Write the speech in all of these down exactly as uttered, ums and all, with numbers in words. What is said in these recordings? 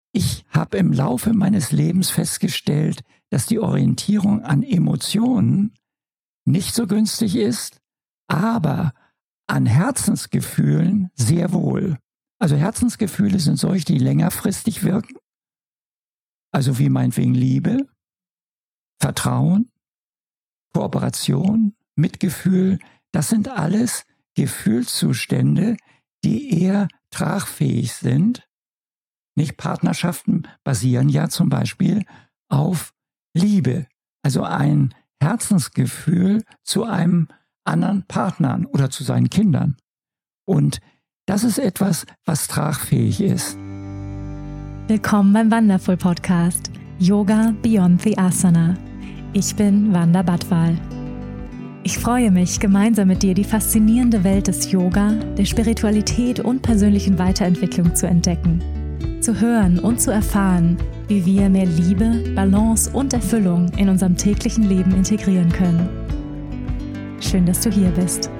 ich habe im Laufe meines Lebens festgestellt, dass die Orientierung an Emotionen nicht so günstig ist, aber an Herzensgefühlen sehr wohl. Also Herzensgefühle sind solche, die längerfristig wirken, also wie meinetwegen Liebe, Vertrauen, Kooperation, Mitgefühl. Das sind alles Gefühlszustände, die eher tragfähig sind. Nicht Partnerschaften basieren ja zum Beispiel auf Liebe, also ein Herzensgefühl zu einem anderen Partnern oder zu seinen Kindern. Und das ist etwas, was tragfähig ist. Willkommen beim Wonderful Podcast Yoga Beyond the Asana. Ich bin Wanda Badwal. Ich freue mich, gemeinsam mit dir die faszinierende Welt des Yoga, der Spiritualität und persönlichen Weiterentwicklung zu entdecken, zu hören und zu erfahren, wie wir mehr Liebe, Balance und Erfüllung in unserem täglichen Leben integrieren können. Schön, dass du hier bist.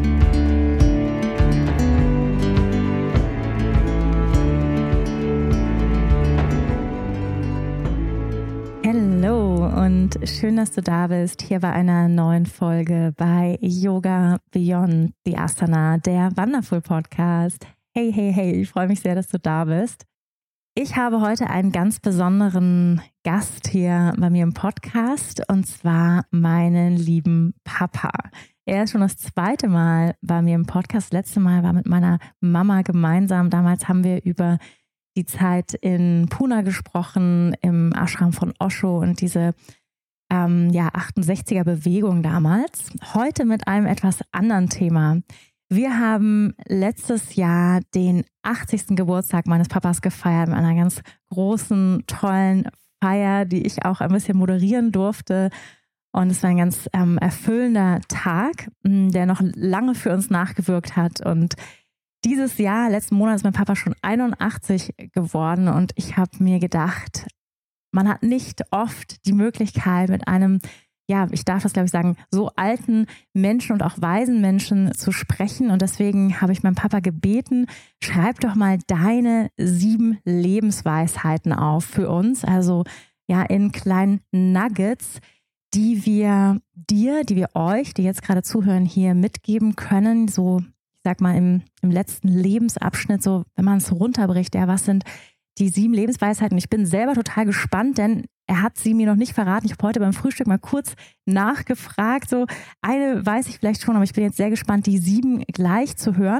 Hallo und schön, dass du da bist, hier bei einer neuen Folge bei Yoga Beyond the Asana, der Wonderful Podcast. Hey, hey, hey, ich freue mich sehr, dass du da bist. Ich habe heute einen ganz besonderen Gast hier bei mir im Podcast und zwar meinen lieben Papa. Er ist schon das zweite Mal bei mir im Podcast. Das letzte Mal war mit meiner Mama gemeinsam. Damals haben wir über die Zeit in Pune gesprochen, im Ashram von Osho und diese ähm, ja, achtundsechziger-Bewegung damals. Heute mit einem etwas anderen Thema. Wir haben letztes Jahr den achtzigsten Geburtstag meines Papas gefeiert mit einer ganz großen, tollen Feier, die ich auch ein bisschen moderieren durfte. Und es war ein ganz ähm, erfüllender Tag, der noch lange für uns nachgewirkt hat. Und dieses Jahr, letzten Monat, ist mein Papa schon einundachtzig geworden. Und ich habe mir gedacht, man hat nicht oft die Möglichkeit, mit einem ja, ich darf das, glaube ich, sagen, so alten Menschen und auch weisen Menschen zu sprechen. Und deswegen habe ich meinen Papa gebeten, schreib doch mal deine sieben Lebensweisheiten auf für uns. Also ja, in kleinen Nuggets, die wir dir, die wir euch, die jetzt gerade zuhören, hier mitgeben können. So, ich sag mal, im, im letzten Lebensabschnitt, so, wenn man es runterbricht, ja, was sind die sieben Lebensweisheiten? Ich bin selber total gespannt, denn er hat sie mir noch nicht verraten. Ich habe heute beim Frühstück mal kurz nachgefragt. So eine weiß ich vielleicht schon, aber ich bin jetzt sehr gespannt, die sieben gleich zu hören.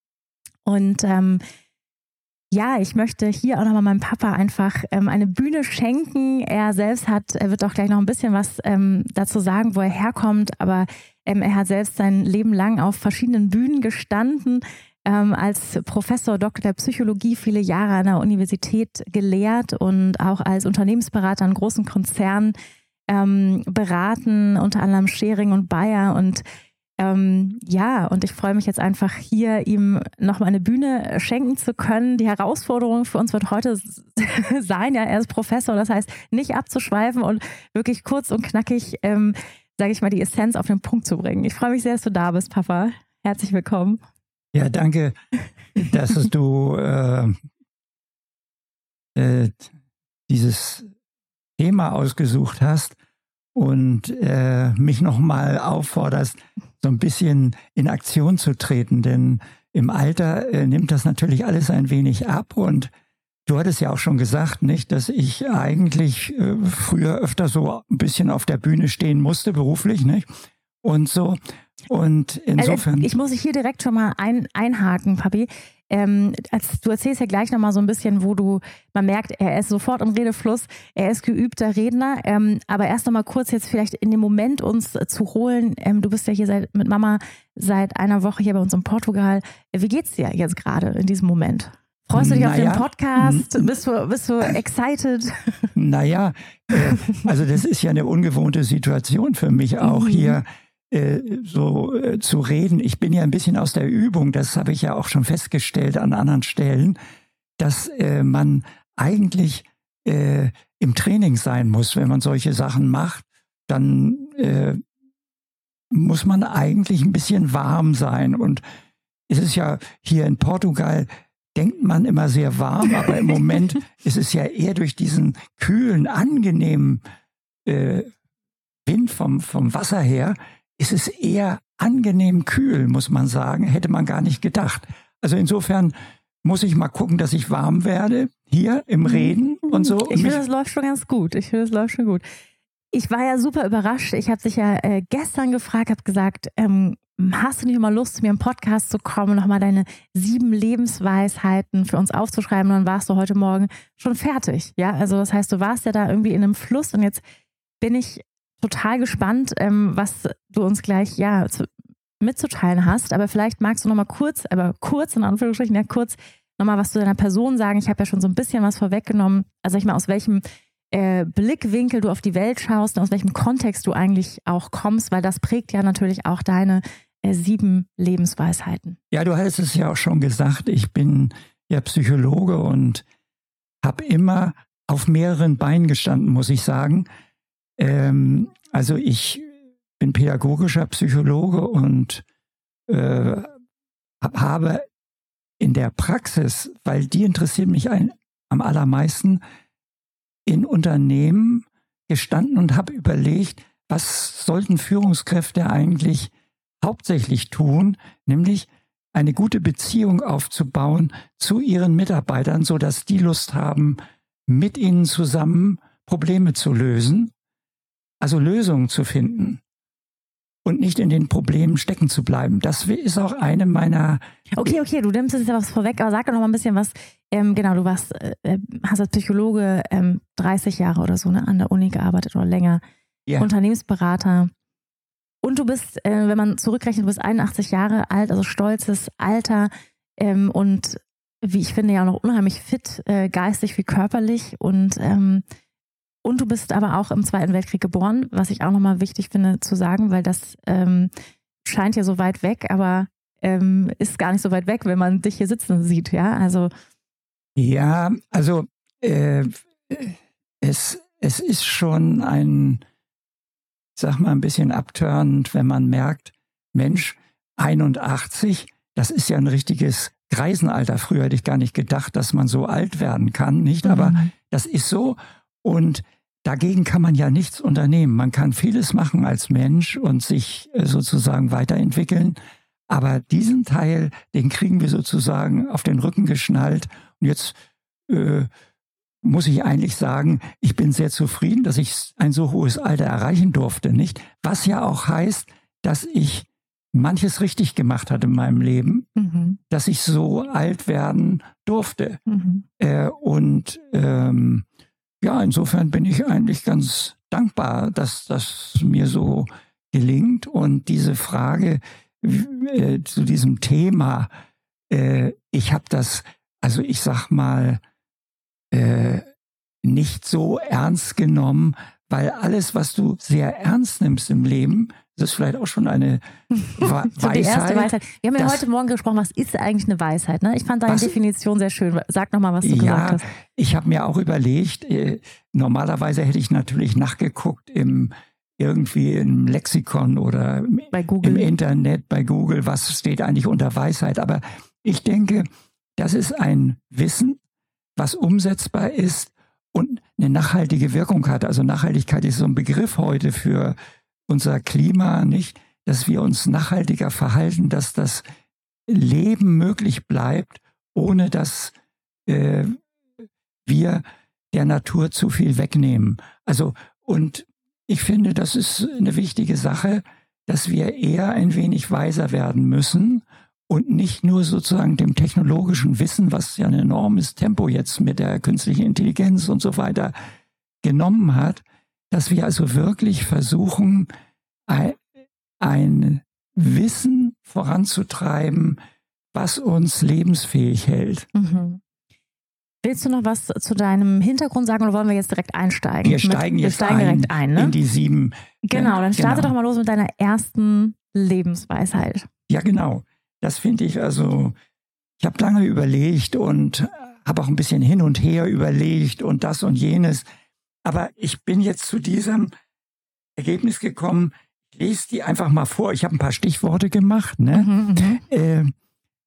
Und ähm, ja, ich möchte hier auch nochmal meinem Papa einfach ähm, eine Bühne schenken. Er selbst hat, er wird auch gleich noch ein bisschen was ähm, dazu sagen, wo er herkommt. Aber ähm, er hat selbst sein Leben lang auf verschiedenen Bühnen gestanden. Ähm, als Professor Doktor der Psychologie viele Jahre an der Universität gelehrt und auch als Unternehmensberater an großen Konzernen ähm, beraten, unter anderem Schering und Bayer. Und ähm, ja, und ich freue mich jetzt einfach hier, ihm nochmal eine Bühne schenken zu können. Die Herausforderung für uns wird heute sein, ja, er ist Professor, das heißt, nicht abzuschweifen und wirklich kurz und knackig, ähm, sage ich mal, die Essenz auf den Punkt zu bringen. Ich freue mich sehr, dass du da bist, Papa. Herzlich willkommen. Ja, danke, dass du äh, äh, dieses Thema ausgesucht hast und äh, mich nochmal aufforderst, so ein bisschen in Aktion zu treten. Denn im Alter äh, nimmt das natürlich alles ein wenig ab. Und du hattest ja auch schon gesagt, nicht, dass ich eigentlich äh, früher öfter so ein bisschen auf der Bühne stehen musste, beruflich, nicht? Und so. Und insofern. Also ich muss hier direkt schon mal ein, einhaken, Papi. Ähm, als, du erzählst ja gleich nochmal so ein bisschen, wo du, man merkt, er ist sofort im Redefluss, er ist geübter Redner, ähm, aber erst nochmal kurz jetzt vielleicht in den Moment uns zu holen. Ähm, du bist ja hier seit, mit Mama seit einer Woche hier bei uns in Portugal. Wie geht's dir jetzt gerade in diesem Moment? Freust du dich naja, auf den Podcast? Bist du, bist du excited? Naja, äh, also das ist ja eine ungewohnte Situation für mich auch hier. so äh, zu reden. Ich bin ja ein bisschen aus der Übung, das habe ich ja auch schon festgestellt an anderen Stellen, dass äh, man eigentlich äh, im Training sein muss, wenn man solche Sachen macht, dann äh, muss man eigentlich ein bisschen warm sein. Und es ist ja hier in Portugal denkt man immer sehr warm, aber im Moment ist es ja eher durch diesen kühlen, angenehmen äh, Wind vom, vom Wasser her, ist es eher angenehm kühl, muss man sagen. Hätte man gar nicht gedacht. Also insofern muss ich mal gucken, dass ich warm werde, hier im Reden und so. Ich finde, das läuft schon ganz gut. Ich finde, das läuft schon gut. Ich war ja super überrascht. Ich habe dich ja äh, gestern gefragt, habe gesagt, ähm, hast du nicht mal Lust, zu mir im Podcast zu kommen und nochmal deine sieben Lebensweisheiten für uns aufzuschreiben? Und dann warst du heute Morgen schon fertig. Ja, also das heißt, du warst ja da irgendwie in einem Fluss und jetzt bin ich total gespannt, ähm, was du uns gleich ja zu, mitzuteilen hast. Aber vielleicht magst du nochmal kurz, aber kurz in Anführungsstrichen, ja kurz nochmal was zu deiner Person sagen. Ich habe ja schon so ein bisschen was vorweggenommen. Also ich mal, aus welchem äh, Blickwinkel du auf die Welt schaust und aus welchem Kontext du eigentlich auch kommst, weil das prägt ja natürlich auch deine äh, sieben Lebensweisheiten. Ja, du hattest es ja auch schon gesagt, ich bin ja Psychologe und habe immer auf mehreren Beinen gestanden, muss ich sagen. Ähm, also ich bin pädagogischer Psychologe und äh, habe in der Praxis, weil die interessiert mich ein, am allermeisten, in Unternehmen gestanden und habe überlegt, was sollten Führungskräfte eigentlich hauptsächlich tun, nämlich eine gute Beziehung aufzubauen zu ihren Mitarbeitern, sodass die Lust haben, mit ihnen zusammen Probleme zu lösen, also Lösungen zu finden. Und nicht in den Problemen stecken zu bleiben. Das ist auch eine meiner... Okay, okay, du nimmst jetzt ja was vorweg, aber sag doch noch mal ein bisschen was. Ähm, genau, du warst, äh, hast als Psychologe ähm, dreißig Jahre oder so ne, an der Uni gearbeitet oder länger. Ja. Unternehmensberater. Und du bist, äh, wenn man zurückrechnet, du bist einundachtzig Jahre alt, also stolzes Alter ähm, und wie ich finde ja auch noch unheimlich fit, äh, geistig wie körperlich und ähm, Und du bist aber auch im Zweiten Weltkrieg geboren, was ich auch nochmal wichtig finde zu sagen, weil das ähm, scheint ja so weit weg, aber ähm, ist gar nicht so weit weg, wenn man dich hier sitzen sieht, ja? Also ja, also äh, es, es ist schon ein, sag mal, ein bisschen abtörend, wenn man merkt, Mensch, einundachtzig, das ist ja ein richtiges Greisenalter. Früher hätte ich gar nicht gedacht, dass man so alt werden kann, nicht? Mhm. Aber das ist so. Und dagegen kann man ja nichts unternehmen. Man kann vieles machen als Mensch und sich sozusagen weiterentwickeln. Aber diesen Teil, den kriegen wir sozusagen auf den Rücken geschnallt. Und jetzt äh, muss ich eigentlich sagen, ich bin sehr zufrieden, dass ich ein so hohes Alter erreichen durfte, nicht? Was ja auch heißt, dass ich manches richtig gemacht hat in meinem Leben, mhm. dass ich so alt werden durfte. Mhm. Äh, und ähm, ja, insofern bin ich eigentlich ganz dankbar, dass das mir so gelingt. Und diese Frage äh, zu diesem Thema, äh, ich habe das, also ich sag mal, äh, nicht so ernst genommen, weil alles, was du sehr ernst nimmst im Leben, das ist vielleicht auch schon eine Wa- so Weisheit. Die erste Weisheit. Wir haben ja heute Morgen gesprochen, was ist eigentlich eine Weisheit? Ne? Ich fand deine was? Definition sehr schön. Sag nochmal, was du ja, gesagt hast. Ich habe mir auch überlegt, äh, normalerweise hätte ich natürlich nachgeguckt im irgendwie im Lexikon oder bei Google. Im Internet, bei Google, was steht eigentlich unter Weisheit. Aber ich denke, das ist ein Wissen, was umsetzbar ist und eine nachhaltige Wirkung hat. Also Nachhaltigkeit ist so ein Begriff heute für unser Klima, nicht, dass wir uns nachhaltiger verhalten, dass das Leben möglich bleibt, ohne dass äh, wir der Natur zu viel wegnehmen. Also, und ich finde, das ist eine wichtige Sache, dass wir eher ein wenig weiser werden müssen und nicht nur sozusagen dem technologischen Wissen, was ja ein enormes Tempo jetzt mit der künstlichen Intelligenz und so weiter genommen hat, dass wir also wirklich versuchen, ein, ein Wissen voranzutreiben, was uns lebensfähig hält. Mhm. Willst du noch was zu deinem Hintergrund sagen oder wollen wir jetzt direkt einsteigen? Wir steigen mit, jetzt wir steigen ein, direkt ein, ne? in die sieben. Genau, dann starte genau. doch mal los mit deiner ersten Lebensweisheit. Ja, genau. Das finde ich also, ich habe lange überlegt und habe auch ein bisschen hin und her überlegt und das und jenes. Aber ich bin jetzt zu diesem Ergebnis gekommen, ich lese die einfach mal vor. Ich habe ein paar Stichworte gemacht. Ne? Mhm, äh,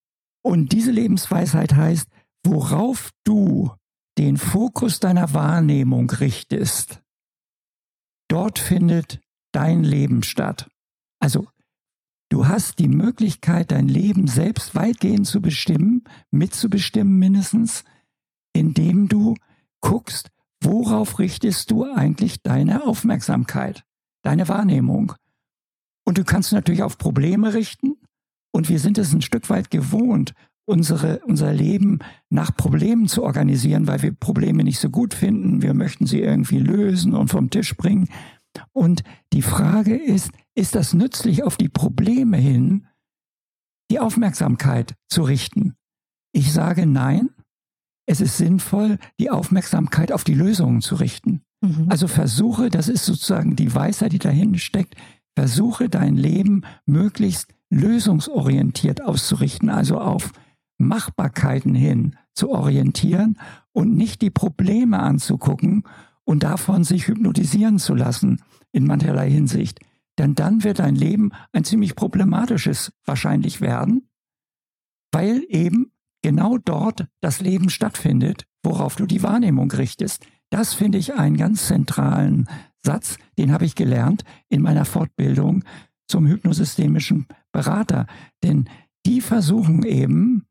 Und diese Lebensweisheit heißt, worauf du den Fokus deiner Wahrnehmung richtest, dort findet dein Leben statt. Also du hast die Möglichkeit, dein Leben selbst weitgehend zu bestimmen, mitzubestimmen mindestens, indem du guckst, worauf richtest du eigentlich deine Aufmerksamkeit, deine Wahrnehmung. Und du kannst natürlich auf Probleme richten. Und wir sind es ein Stück weit gewohnt, unsere, unser Leben nach Problemen zu organisieren, weil wir Probleme nicht so gut finden. Wir möchten sie irgendwie lösen und vom Tisch bringen. Und die Frage ist, ist das nützlich, auf die Probleme hin die Aufmerksamkeit zu richten? Ich sage nein. Es ist sinnvoll, die Aufmerksamkeit auf die Lösungen zu richten. Mhm. Also versuche, das ist sozusagen die Weisheit, die dahinter steckt, versuche dein Leben möglichst lösungsorientiert auszurichten, also auf Machbarkeiten hin zu orientieren und nicht die Probleme anzugucken und davon sich hypnotisieren zu lassen in mancherlei Hinsicht. Denn dann wird dein Leben ein ziemlich problematisches wahrscheinlich werden, weil eben genau dort das Leben stattfindet, worauf du die Wahrnehmung richtest. Das finde ich einen ganz zentralen Satz, den habe ich gelernt in meiner Fortbildung zum hypnosystemischen Berater. Denn die versuchen eben,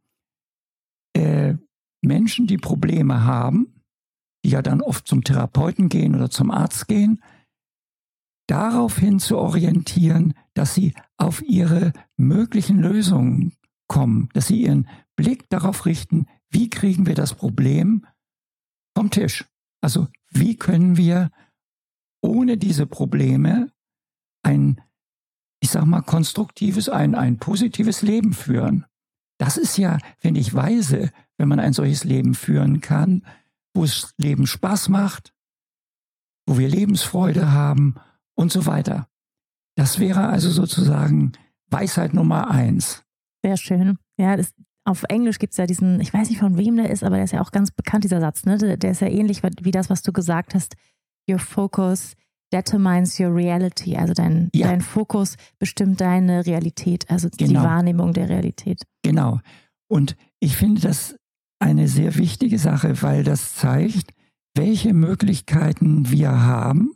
äh, Menschen, die Probleme haben, die ja dann oft zum Therapeuten gehen oder zum Arzt gehen, daraufhin zu orientieren, dass sie auf ihre möglichen Lösungen kommen, dass sie ihren Blick darauf richten, wie kriegen wir das Problem vom Tisch? Also wie können wir ohne diese Probleme ein, ich sag mal, konstruktives, ein, ein positives Leben führen? Das ist ja, finde ich, weise, wenn man ein solches Leben führen kann, wo das Leben Spaß macht, wo wir Lebensfreude haben und so weiter. Das wäre also sozusagen Weisheit Nummer eins. Sehr schön. Ja, das, auf Englisch gibt es ja diesen, ich weiß nicht von wem der ist, aber der ist ja auch ganz bekannt, dieser Satz, ne? Der, der ist ja ähnlich wie das, was du gesagt hast. Your focus determines your reality. Also dein, ja. dein Fokus bestimmt deine Realität, also genau. Die Wahrnehmung der Realität. Genau. Und ich finde das eine sehr wichtige Sache, weil das zeigt, welche Möglichkeiten wir haben,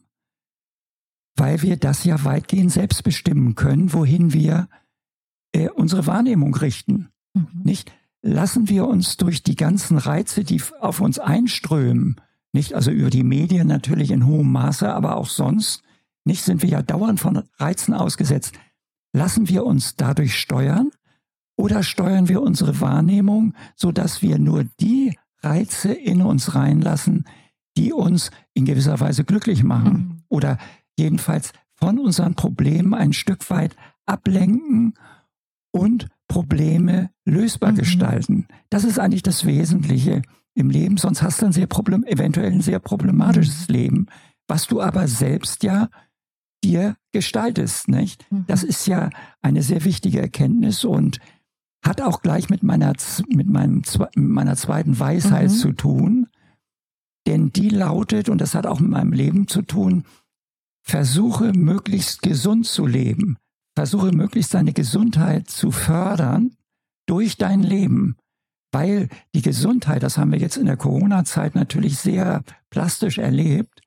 weil wir das ja weitgehend selbst bestimmen können, wohin wir äh, unsere Wahrnehmung richten. Mhm. Nicht? Lassen wir uns durch die ganzen Reize, die auf uns einströmen, nicht, also über die Medien natürlich in hohem Maße, aber auch sonst, nicht, sind wir ja dauernd von Reizen ausgesetzt. Lassen wir uns dadurch steuern oder steuern wir unsere Wahrnehmung, sodass wir nur die Reize in uns reinlassen, die uns in gewisser Weise glücklich machen mhm. oder jedenfalls von unseren Problemen ein Stück weit ablenken und Probleme lösbar mhm. gestalten. Das ist eigentlich das Wesentliche im Leben, sonst hast du ein sehr problem, eventuell ein sehr problematisches mhm. Leben, was du aber selbst ja dir gestaltest, nicht? Mhm. Das ist ja eine sehr wichtige Erkenntnis und hat auch gleich mit meiner, mit meinem, mit meiner zweiten Weisheit mhm. zu tun, denn die lautet, und das hat auch mit meinem Leben zu tun, versuche möglichst gesund zu leben, versuche möglichst deine Gesundheit zu fördern durch dein Leben. Weil die Gesundheit, das haben wir jetzt in der Corona-Zeit natürlich sehr plastisch erlebt,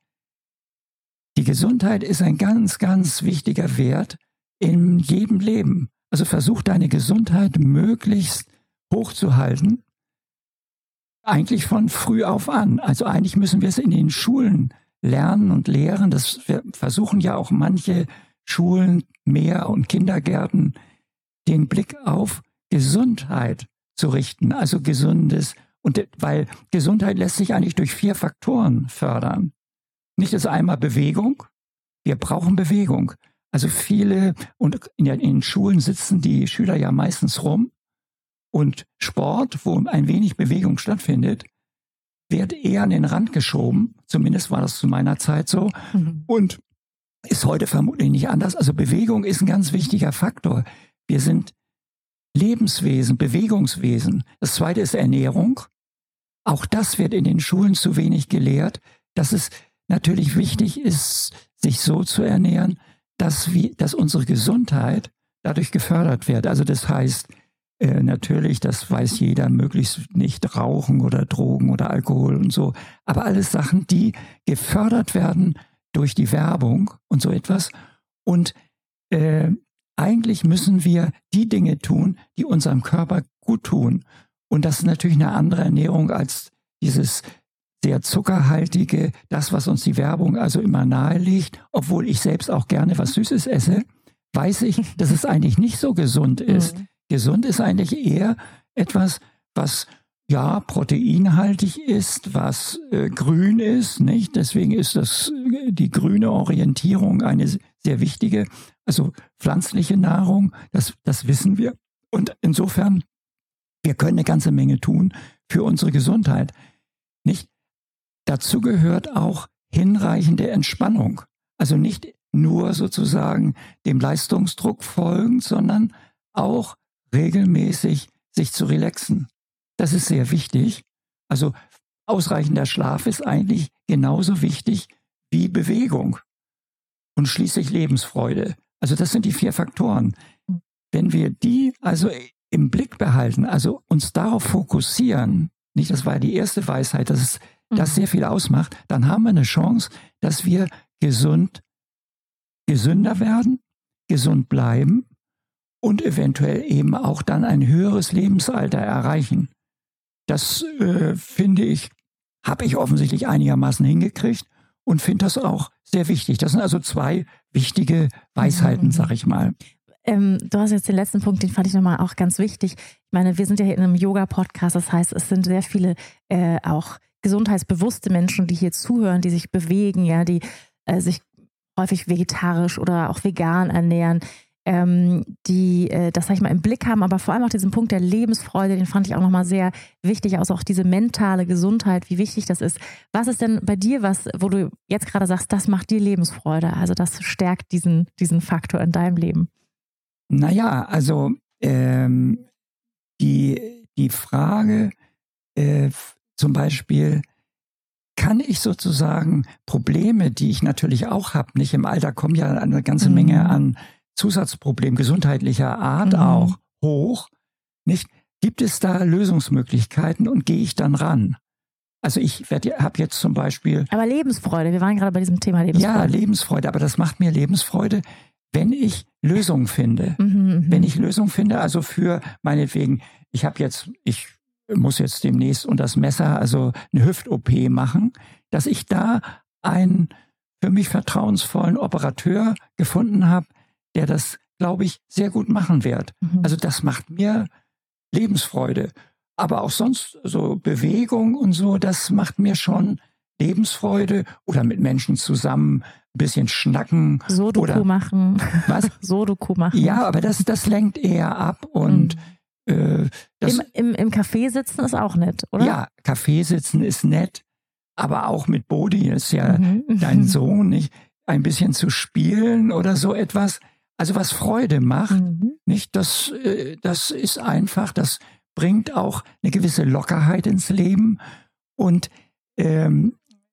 die Gesundheit ist ein ganz, ganz wichtiger Wert in jedem Leben. Also versuch deine Gesundheit möglichst hochzuhalten, eigentlich von früh auf an. Also eigentlich müssen wir es in den Schulen lernen und lehren. Das versuchen ja auch manche Schulen mehr und Kindergärten, den Blick auf Gesundheit zu richten, also gesundes, und weil Gesundheit lässt sich eigentlich durch vier Faktoren fördern. Nicht das einmal Bewegung, wir brauchen Bewegung. Also viele, und in den Schulen sitzen die Schüler ja meistens rum, und Sport, wo ein wenig Bewegung stattfindet, wird eher an den Rand geschoben, zumindest war das zu meiner Zeit so, mhm. und ist heute vermutlich nicht anders. Also Bewegung ist ein ganz wichtiger Faktor. Wir sind Lebenswesen, Bewegungswesen. Das zweite ist Ernährung. Auch das wird in den Schulen zu wenig gelehrt, dass es natürlich wichtig ist, sich so zu ernähren, dass, wir, dass unsere Gesundheit dadurch gefördert wird. Also das heißt, äh, natürlich, das weiß jeder, möglichst nicht rauchen oder Drogen oder Alkohol und so. Aber alles Sachen, die gefördert werden durch die Werbung und so etwas. Und äh, eigentlich müssen wir die Dinge tun, die unserem Körper gut tun. Und das ist natürlich eine andere Ernährung als dieses sehr zuckerhaltige, das, was uns die Werbung also immer nahelegt. Obwohl ich selbst auch gerne was Süßes esse, weiß ich, dass es eigentlich nicht so gesund ist. Mhm. Gesund ist eigentlich eher etwas, was ja proteinhaltig ist, was äh, grün ist, nicht? Deswegen ist das die grüne Orientierung eine sehr wichtige, also pflanzliche Nahrung, das, das wissen wir. Und insofern, wir können eine ganze Menge tun für unsere Gesundheit, nicht? Dazu gehört auch hinreichende Entspannung. Also nicht nur sozusagen dem Leistungsdruck folgen, sondern auch regelmäßig sich zu relaxen. Das ist sehr wichtig. Also ausreichender Schlaf ist eigentlich genauso wichtig wie Bewegung und schließlich Lebensfreude. Also das sind die vier Faktoren. Wenn wir die also im Blick behalten, also uns darauf fokussieren, nicht, das war ja die erste Weisheit, dass es das sehr viel ausmacht, dann haben wir eine Chance, dass wir gesund, gesünder werden, gesund bleiben und eventuell eben auch dann ein höheres Lebensalter erreichen. Das äh, finde ich, habe ich offensichtlich einigermaßen hingekriegt und finde das auch sehr wichtig. Das sind also zwei wichtige Weisheiten, mhm. sag ich mal. Ähm, du hast jetzt den letzten Punkt, den fand ich nochmal auch ganz wichtig. Ich meine, wir sind ja hier in einem Yoga-Podcast, das heißt, es sind sehr viele äh, auch gesundheitsbewusste Menschen, die hier zuhören, die sich bewegen, ja, die äh, sich häufig vegetarisch oder auch vegan ernähren, ähm, die äh, das, sag ich mal, im Blick haben, aber vor allem auch diesen Punkt der Lebensfreude, den fand ich auch nochmal sehr wichtig, also auch diese mentale Gesundheit, wie wichtig das ist. Was ist denn bei dir was, wo du jetzt gerade sagst, das macht dir Lebensfreude, also das stärkt diesen, diesen Faktor in deinem Leben? Naja, also ähm, die, die Frage äh, zum Beispiel, kann ich sozusagen Probleme, die ich natürlich auch habe, nicht im Alter kommen ja eine ganze mhm. Menge an Zusatzproblemen gesundheitlicher Art mhm. auch hoch, nicht? Gibt es da Lösungsmöglichkeiten und gehe ich dann ran? Also ich habe jetzt zum Beispiel... Aber Lebensfreude, wir waren gerade bei diesem Thema Lebensfreude. Ja, Lebensfreude, aber das macht mir Lebensfreude, wenn ich Lösungen finde. Mhm, wenn ich Lösungen finde, also für meinetwegen, ich habe jetzt, ich muss jetzt demnächst unter das Messer, also eine Hüft-O P machen, dass ich da einen für mich vertrauensvollen Operateur gefunden habe, der das, glaube ich, sehr gut machen wird. Mhm. Also das macht mir Lebensfreude. Aber auch sonst so Bewegung und so, das macht mir schon Lebensfreude oder mit Menschen zusammen ein bisschen schnacken. Sudoku oder machen. Was? Sudoku machen. Ja, aber das, das lenkt eher ab und mhm. äh, das, Im, im, Im Café sitzen ist auch nett, oder? Ja, Café sitzen ist nett, aber auch mit Bodhi, ist ja mhm. dein Sohn, nicht? Ein bisschen zu spielen oder so etwas. Also was Freude macht, mhm. nicht? Das, äh, das ist einfach, das bringt auch eine gewisse Lockerheit ins Leben. Und ähm,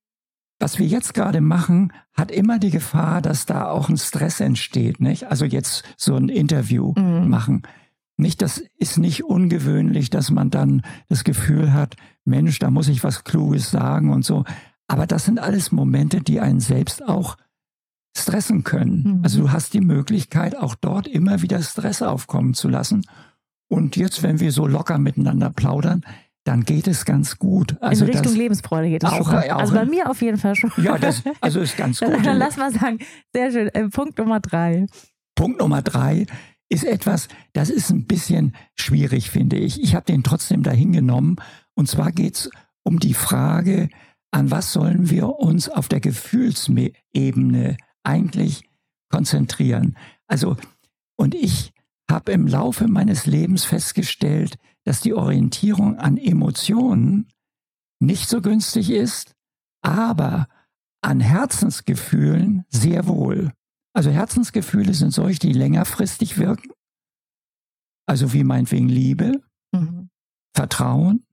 was wir jetzt gerade machen, hat immer die Gefahr, dass da auch ein Stress entsteht, nicht? Also jetzt so ein Interview mhm. machen. Nicht, das ist nicht ungewöhnlich, dass man dann das Gefühl hat, Mensch, da muss ich was Kluges sagen und so. Aber das sind alles Momente, die einen selbst auch stressen können. Mhm. Also du hast die Möglichkeit, auch dort immer wieder Stress aufkommen zu lassen. Und jetzt, wenn wir so locker miteinander plaudern, dann geht es ganz gut. Also in Richtung das, Lebensfreude geht es auch, schon. Auch also bei mir auf jeden Fall schon. Ja, das also ist ganz gut. Dann lass mal sagen, sehr schön. Äh, Punkt Nummer drei. Punkt Nummer drei ist etwas, das ist ein bisschen schwierig, finde ich. Ich habe den trotzdem dahin genommen. Und zwar geht es um die Frage, an was sollen wir uns auf der Gefühlsebene eigentlich konzentrieren? Also, und ich habe im Laufe meines Lebens festgestellt, dass die Orientierung an Emotionen nicht so günstig ist, aber an Herzensgefühlen sehr wohl. Also Herzensgefühle sind solche, die längerfristig wirken, also wie meinetwegen Liebe, mhm. Vertrauen,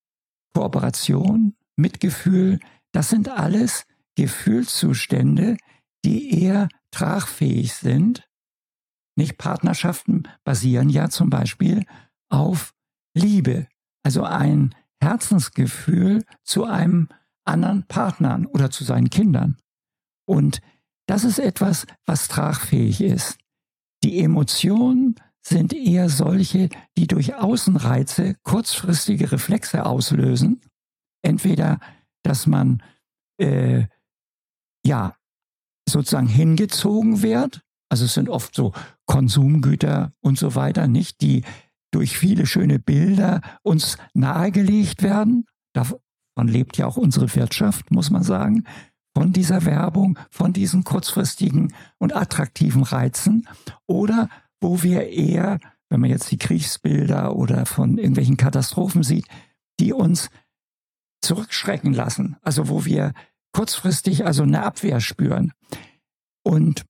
Kooperation, Mitgefühl. Das sind alles Gefühlszustände, die eher tragfähig sind. Nicht Partnerschaften basieren ja zum Beispiel auf Liebe, also ein Herzensgefühl zu einem anderen Partner oder zu seinen Kindern. Und das ist etwas, was tragfähig ist. Die Emotionen sind eher solche, die durch Außenreize kurzfristige Reflexe auslösen. Entweder, dass man äh, ja sozusagen hingezogen wird, also es sind oft so Konsumgüter und so weiter, nicht, die durch viele schöne Bilder uns nahegelegt werden. Davon lebt ja auch unsere Wirtschaft, muss man sagen, von dieser Werbung, von diesen kurzfristigen und attraktiven Reizen. Oder wo wir eher, wenn man jetzt die Kriegsbilder oder von irgendwelchen Katastrophen sieht, die uns zurückschrecken lassen. Also wo wir kurzfristig also eine Abwehr spüren. Und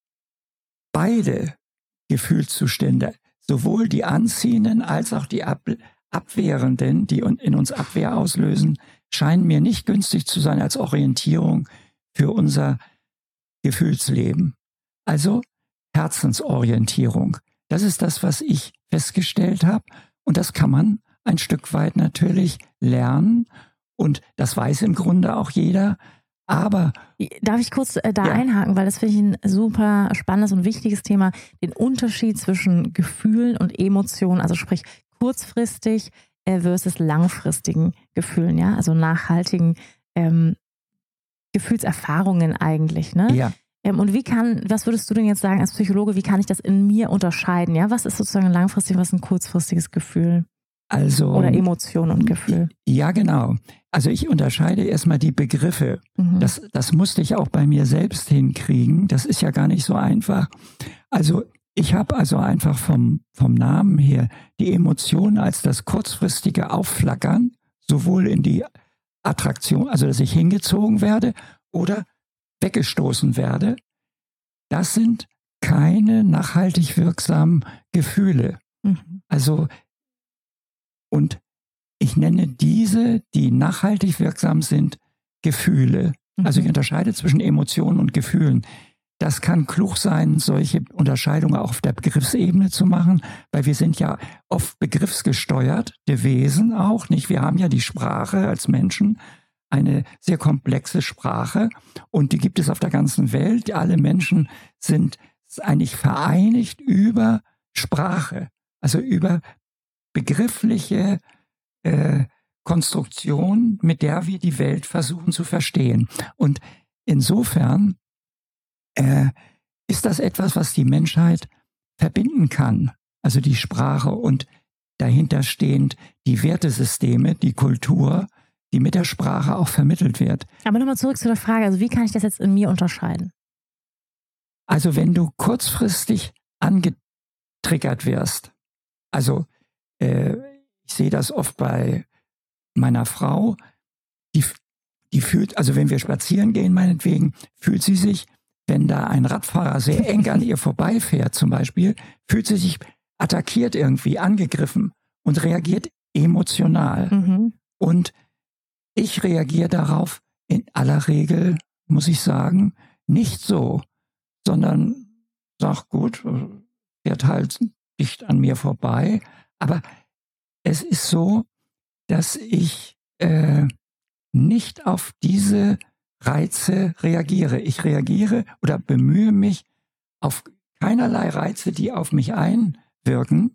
beide Gefühlszustände, sowohl die anziehenden als auch die ab, abwehrenden, die in uns Abwehr auslösen, scheinen mir nicht günstig zu sein als Orientierung für unser Gefühlsleben. Also Herzensorientierung. Das ist das, was ich festgestellt habe. Und das kann man ein Stück weit natürlich lernen. Und das weiß im Grunde auch jeder. Aber darf ich kurz äh, da ja. einhaken, weil das finde ich ein super spannendes und wichtiges Thema, den Unterschied zwischen Gefühlen und Emotionen, also sprich kurzfristig äh, versus langfristigen Gefühlen, ja, also nachhaltigen ähm, Gefühlserfahrungen eigentlich, ne? Ja. Ähm, und wie kann, was würdest du denn jetzt sagen als Psychologe, wie kann ich das in mir unterscheiden, ja? Was ist sozusagen ein langfristiges, was ist ein kurzfristiges Gefühl? Also, oder Emotion und Gefühl. Ja, genau. Also ich unterscheide erstmal die Begriffe. Mhm. Das, das musste ich auch bei mir selbst hinkriegen. Das ist ja gar nicht so einfach. Also ich habe also einfach vom, vom Namen her die Emotion als das kurzfristige Aufflackern, sowohl in die Attraktion, also dass ich hingezogen werde oder weggestoßen werde. Das sind keine nachhaltig wirksamen Gefühle. Mhm. Also und ich nenne diese, die nachhaltig wirksam sind, Gefühle. Mhm. Also ich unterscheide zwischen Emotionen und Gefühlen. Das kann klug sein, solche Unterscheidungen auch auf der Begriffsebene zu machen, weil wir sind ja oft begriffsgesteuerte Wesen auch, nicht? Wir haben ja die Sprache als Menschen, eine sehr komplexe Sprache und die gibt es auf der ganzen Welt. Alle Menschen sind eigentlich vereinigt über Sprache, also über begriffliche äh, Konstruktion, mit der wir die Welt versuchen zu verstehen. Und insofern äh, ist das etwas, was die Menschheit verbinden kann. Also die Sprache und dahinter stehend die Wertesysteme, die Kultur, die mit der Sprache auch vermittelt wird. Aber nochmal zurück zu der Frage, also wie kann ich das jetzt in mir unterscheiden? Also wenn du kurzfristig angetriggert wirst, also ich sehe das oft bei meiner Frau, die, die fühlt, also wenn wir spazieren gehen meinetwegen, fühlt sie sich, wenn da ein Radfahrer sehr eng an ihr vorbeifährt zum Beispiel, fühlt sie sich attackiert irgendwie, angegriffen und reagiert emotional. Mhm. Und ich reagiere darauf in aller Regel, muss ich sagen, nicht so, sondern sag gut, fährt halt dicht an mir vorbei. Aber es ist so, dass ich äh, nicht auf diese Reize reagiere. Ich reagiere oder bemühe mich auf keinerlei Reize, die auf mich einwirken,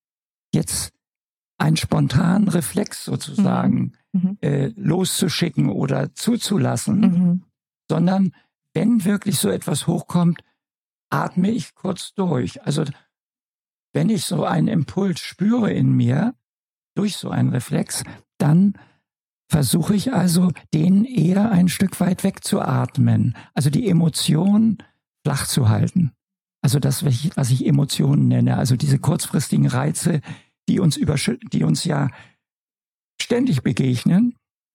jetzt einen spontanen Reflex sozusagen mhm. äh, loszuschicken oder zuzulassen, mhm. sondern wenn wirklich so etwas hochkommt, atme ich kurz durch. Also wenn ich so einen Impuls spüre in mir, durch so einen Reflex, dann versuche ich also, den eher ein Stück weit wegzuatmen. Also die Emotion flach zu halten. Also das, was ich Emotionen nenne. Also diese kurzfristigen Reize, die uns überschütten, die uns ja ständig begegnen.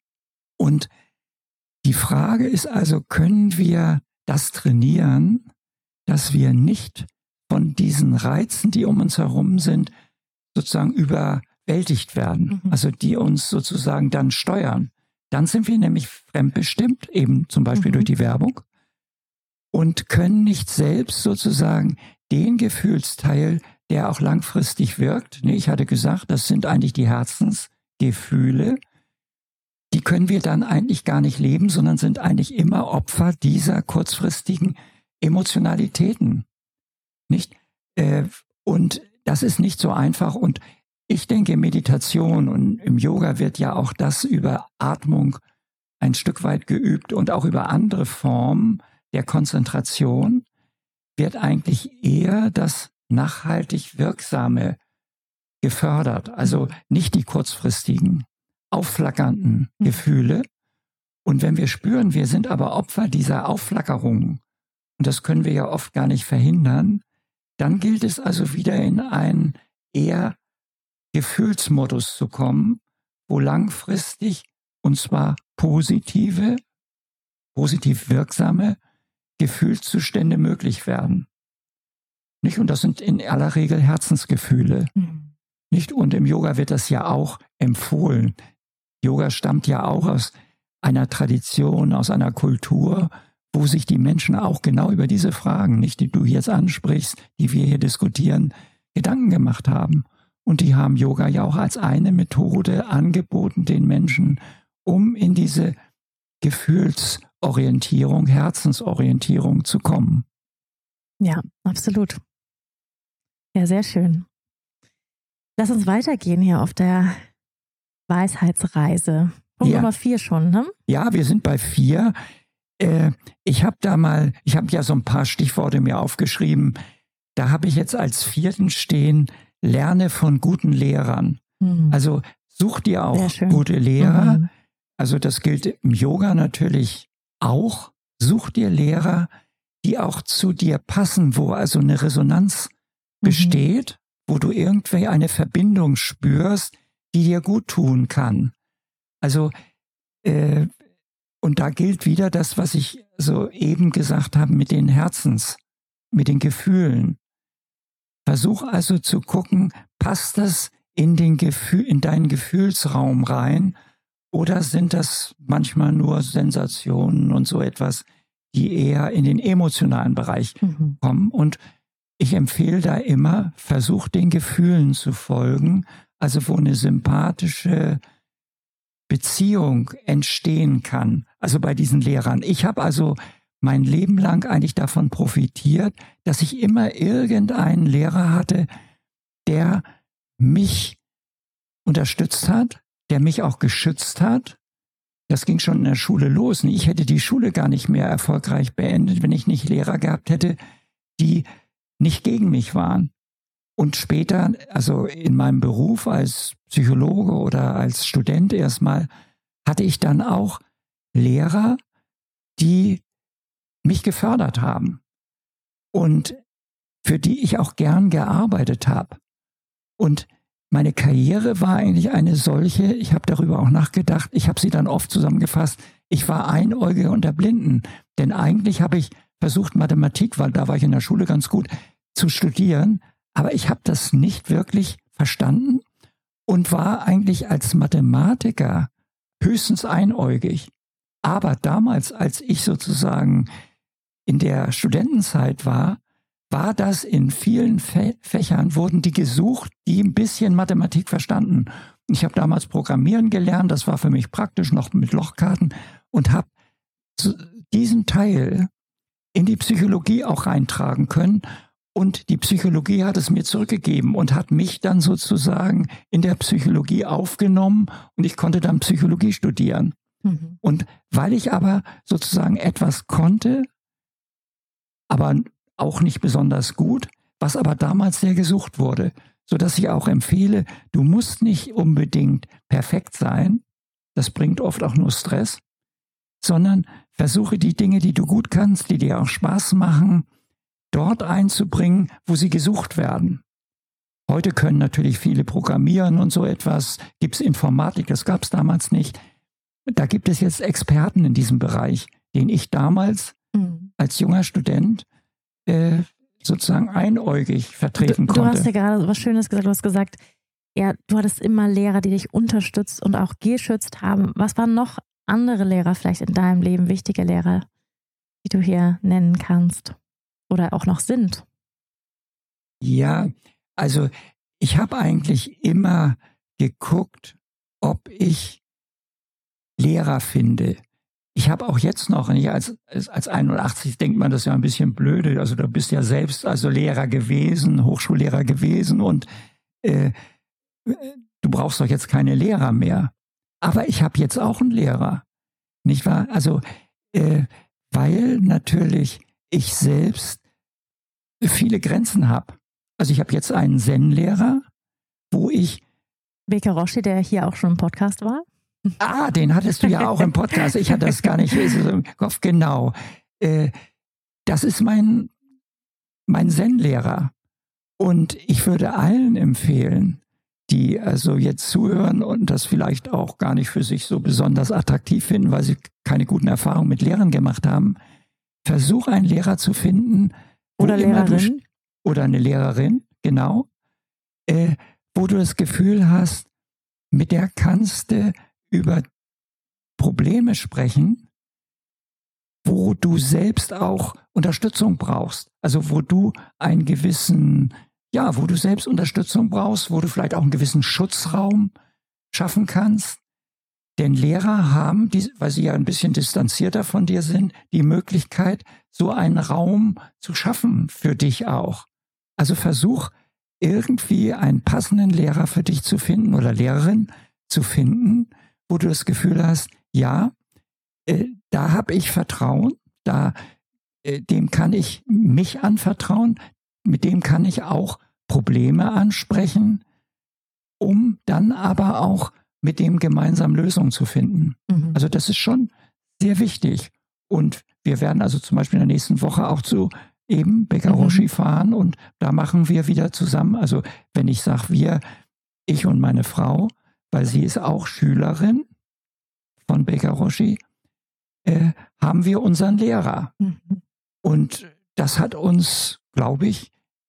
Und die Frage ist also, können wir das trainieren, dass wir nicht von diesen Reizen, die um uns herum sind, sozusagen überwältigt werden, mhm. also die uns sozusagen dann steuern. Dann sind wir nämlich fremdbestimmt, eben zum Beispiel mhm. durch die Werbung, und können nicht selbst sozusagen den Gefühlsteil, der auch langfristig wirkt. Ich hatte gesagt, das sind eigentlich die Herzensgefühle. Die können wir dann eigentlich gar nicht leben, sondern sind eigentlich immer Opfer dieser kurzfristigen Emotionalitäten. Nicht? Und das ist nicht so einfach. Und ich denke, Meditation und im Yoga wird ja auch das über Atmung ein Stück weit geübt und auch über andere Formen der Konzentration wird eigentlich eher das nachhaltig Wirksame gefördert. Also nicht die kurzfristigen, aufflackernden mhm. Gefühle. Und wenn wir spüren, wir sind aber Opfer dieser Aufflackerungen, und das können wir ja oft gar nicht verhindern, dann gilt es also wieder in einen eher Gefühlsmodus zu kommen, wo langfristig, und zwar positive, positiv wirksame Gefühlszustände möglich werden. Nicht? Und das sind in aller Regel Herzensgefühle. Mhm. Nicht? Und im Yoga wird das ja auch empfohlen. Yoga stammt ja auch aus einer Tradition, aus einer Kultur, wo sich die Menschen auch genau über diese Fragen, nicht die du jetzt ansprichst, die wir hier diskutieren, Gedanken gemacht haben. Und die haben Yoga ja auch als eine Methode angeboten den Menschen, um in diese Gefühlsorientierung, Herzensorientierung zu kommen. Ja, absolut. Ja, sehr schön. Lass uns weitergehen hier auf der Weisheitsreise. Punkt ja. Nummer vier schon, ne? Ja, wir sind bei vier. Äh, ich habe da mal, ich habe ja so ein paar Stichworte mir aufgeschrieben. Da habe ich jetzt als vierten stehen, lerne von guten Lehrern. Mhm. Also such dir auch gute Lehrer. Mhm. Also das gilt im Yoga natürlich auch. Such dir Lehrer, die auch zu dir passen, wo also eine Resonanz mhm. besteht, wo du irgendwie eine Verbindung spürst, die dir gut tun kann. Also äh, und da gilt wieder das, was ich so eben gesagt habe mit den Herzens, mit den Gefühlen. Versuch also zu gucken, passt das in den Gefühl, in deinen Gefühlsraum rein oder sind das manchmal nur Sensationen und so etwas, die eher in den emotionalen Bereich mhm. kommen. Und ich empfehle da immer, versuch den Gefühlen zu folgen, also wo eine sympathische Beziehung entstehen kann. Also bei diesen Lehrern. Ich habe also mein Leben lang eigentlich davon profitiert, dass ich immer irgendeinen Lehrer hatte, der mich unterstützt hat, der mich auch geschützt hat. Das ging schon in der Schule los. Ich hätte die Schule gar nicht mehr erfolgreich beendet, wenn ich nicht Lehrer gehabt hätte, die nicht gegen mich waren. Und später, also in meinem Beruf als Psychologe oder als Student erstmal, hatte ich dann auch Lehrer, die mich gefördert haben und für die ich auch gern gearbeitet habe. Und meine Karriere war eigentlich eine solche, ich habe darüber auch nachgedacht, ich habe sie dann oft zusammengefasst, ich war Einäugige unter Blinden. Denn eigentlich habe ich versucht, Mathematik, weil da war ich in der Schule ganz gut, zu studieren, aber ich habe das nicht wirklich verstanden und war eigentlich als Mathematiker höchstens einäugig. Aber damals, als ich sozusagen in der Studentenzeit war, war das in vielen Fä- Fächern, wurden die gesucht, die ein bisschen Mathematik verstanden. Ich habe damals Programmieren gelernt, das war für mich praktisch, noch mit Lochkarten, und habe diesen Teil in die Psychologie auch reintragen können. Und die Psychologie hat es mir zurückgegeben und hat mich dann sozusagen in der Psychologie aufgenommen und ich konnte dann Psychologie studieren. Mhm. Und weil ich aber sozusagen etwas konnte, aber auch nicht besonders gut, was aber damals sehr gesucht wurde, sodass ich auch empfehle, du musst nicht unbedingt perfekt sein, das bringt oft auch nur Stress, sondern versuche die Dinge, die du gut kannst, die dir auch Spaß machen, dort einzubringen, wo sie gesucht werden. Heute können natürlich viele programmieren und so etwas, gibt es Informatik, das gab es damals nicht. Da gibt es jetzt Experten in diesem Bereich, den ich damals mhm. als junger Student äh, sozusagen einäugig vertreten du, konnte. Du hast ja gerade was Schönes gesagt, du hast gesagt, ja, du hattest immer Lehrer, die dich unterstützt und auch geschützt haben. Was waren noch andere Lehrer vielleicht in deinem Leben, wichtige Lehrer, die du hier nennen kannst? Oder auch noch sind? Ja, Also ich habe eigentlich immer geguckt, ob ich Lehrer finde. Ich habe auch jetzt noch, nicht als, als einundachtzig denkt man, das ist ja ein bisschen blöde, also du bist ja selbst also Lehrer gewesen, Hochschullehrer gewesen und äh, du brauchst doch jetzt keine Lehrer mehr. Aber ich habe jetzt auch einen Lehrer, nicht wahr? Also, äh, weil natürlich ich selbst viele Grenzen habe. Also ich habe jetzt einen Zen-Lehrer, wo ich... Beka Roshi, der hier auch schon im Podcast war. Ah, den hattest du ja auch im Podcast. Ich hatte das gar nicht im Kopf. Genau. Äh, das ist mein, mein Zen-Lehrer. Und ich würde allen empfehlen, die also jetzt zuhören und das vielleicht auch gar nicht für sich so besonders attraktiv finden, weil sie keine guten Erfahrungen mit Lehrern gemacht haben, versuch einen Lehrer zu finden. Oder Lehrerin. Du, oder eine Lehrerin, genau. Äh, wo du das Gefühl hast, mit der kannst du über Probleme sprechen, wo du selbst auch Unterstützung brauchst. Also wo du einen gewissen, ja, wo du selbst Unterstützung brauchst, wo du vielleicht auch einen gewissen Schutzraum schaffen kannst. Denn Lehrer haben, die, weil sie ja ein bisschen distanzierter von dir sind, die Möglichkeit, so einen Raum zu schaffen für dich auch. Also versuch irgendwie einen passenden Lehrer für dich zu finden oder Lehrerin zu finden, wo du das Gefühl hast, ja, äh, da habe ich Vertrauen, da, äh, dem kann ich mich anvertrauen, mit dem kann ich auch Probleme ansprechen, um dann aber auch mit dem gemeinsam Lösungen zu finden. Mhm. Also das ist schon sehr wichtig. Und wir werden also zum Beispiel in der nächsten Woche auch zu eben Beka Roshi mhm. fahren und da machen wir wieder zusammen, also wenn ich sage wir, ich und meine Frau, weil sie ist auch Schülerin von Beka Roshi, äh, haben wir unseren Lehrer. Mhm. Und das hat uns, glaube ich,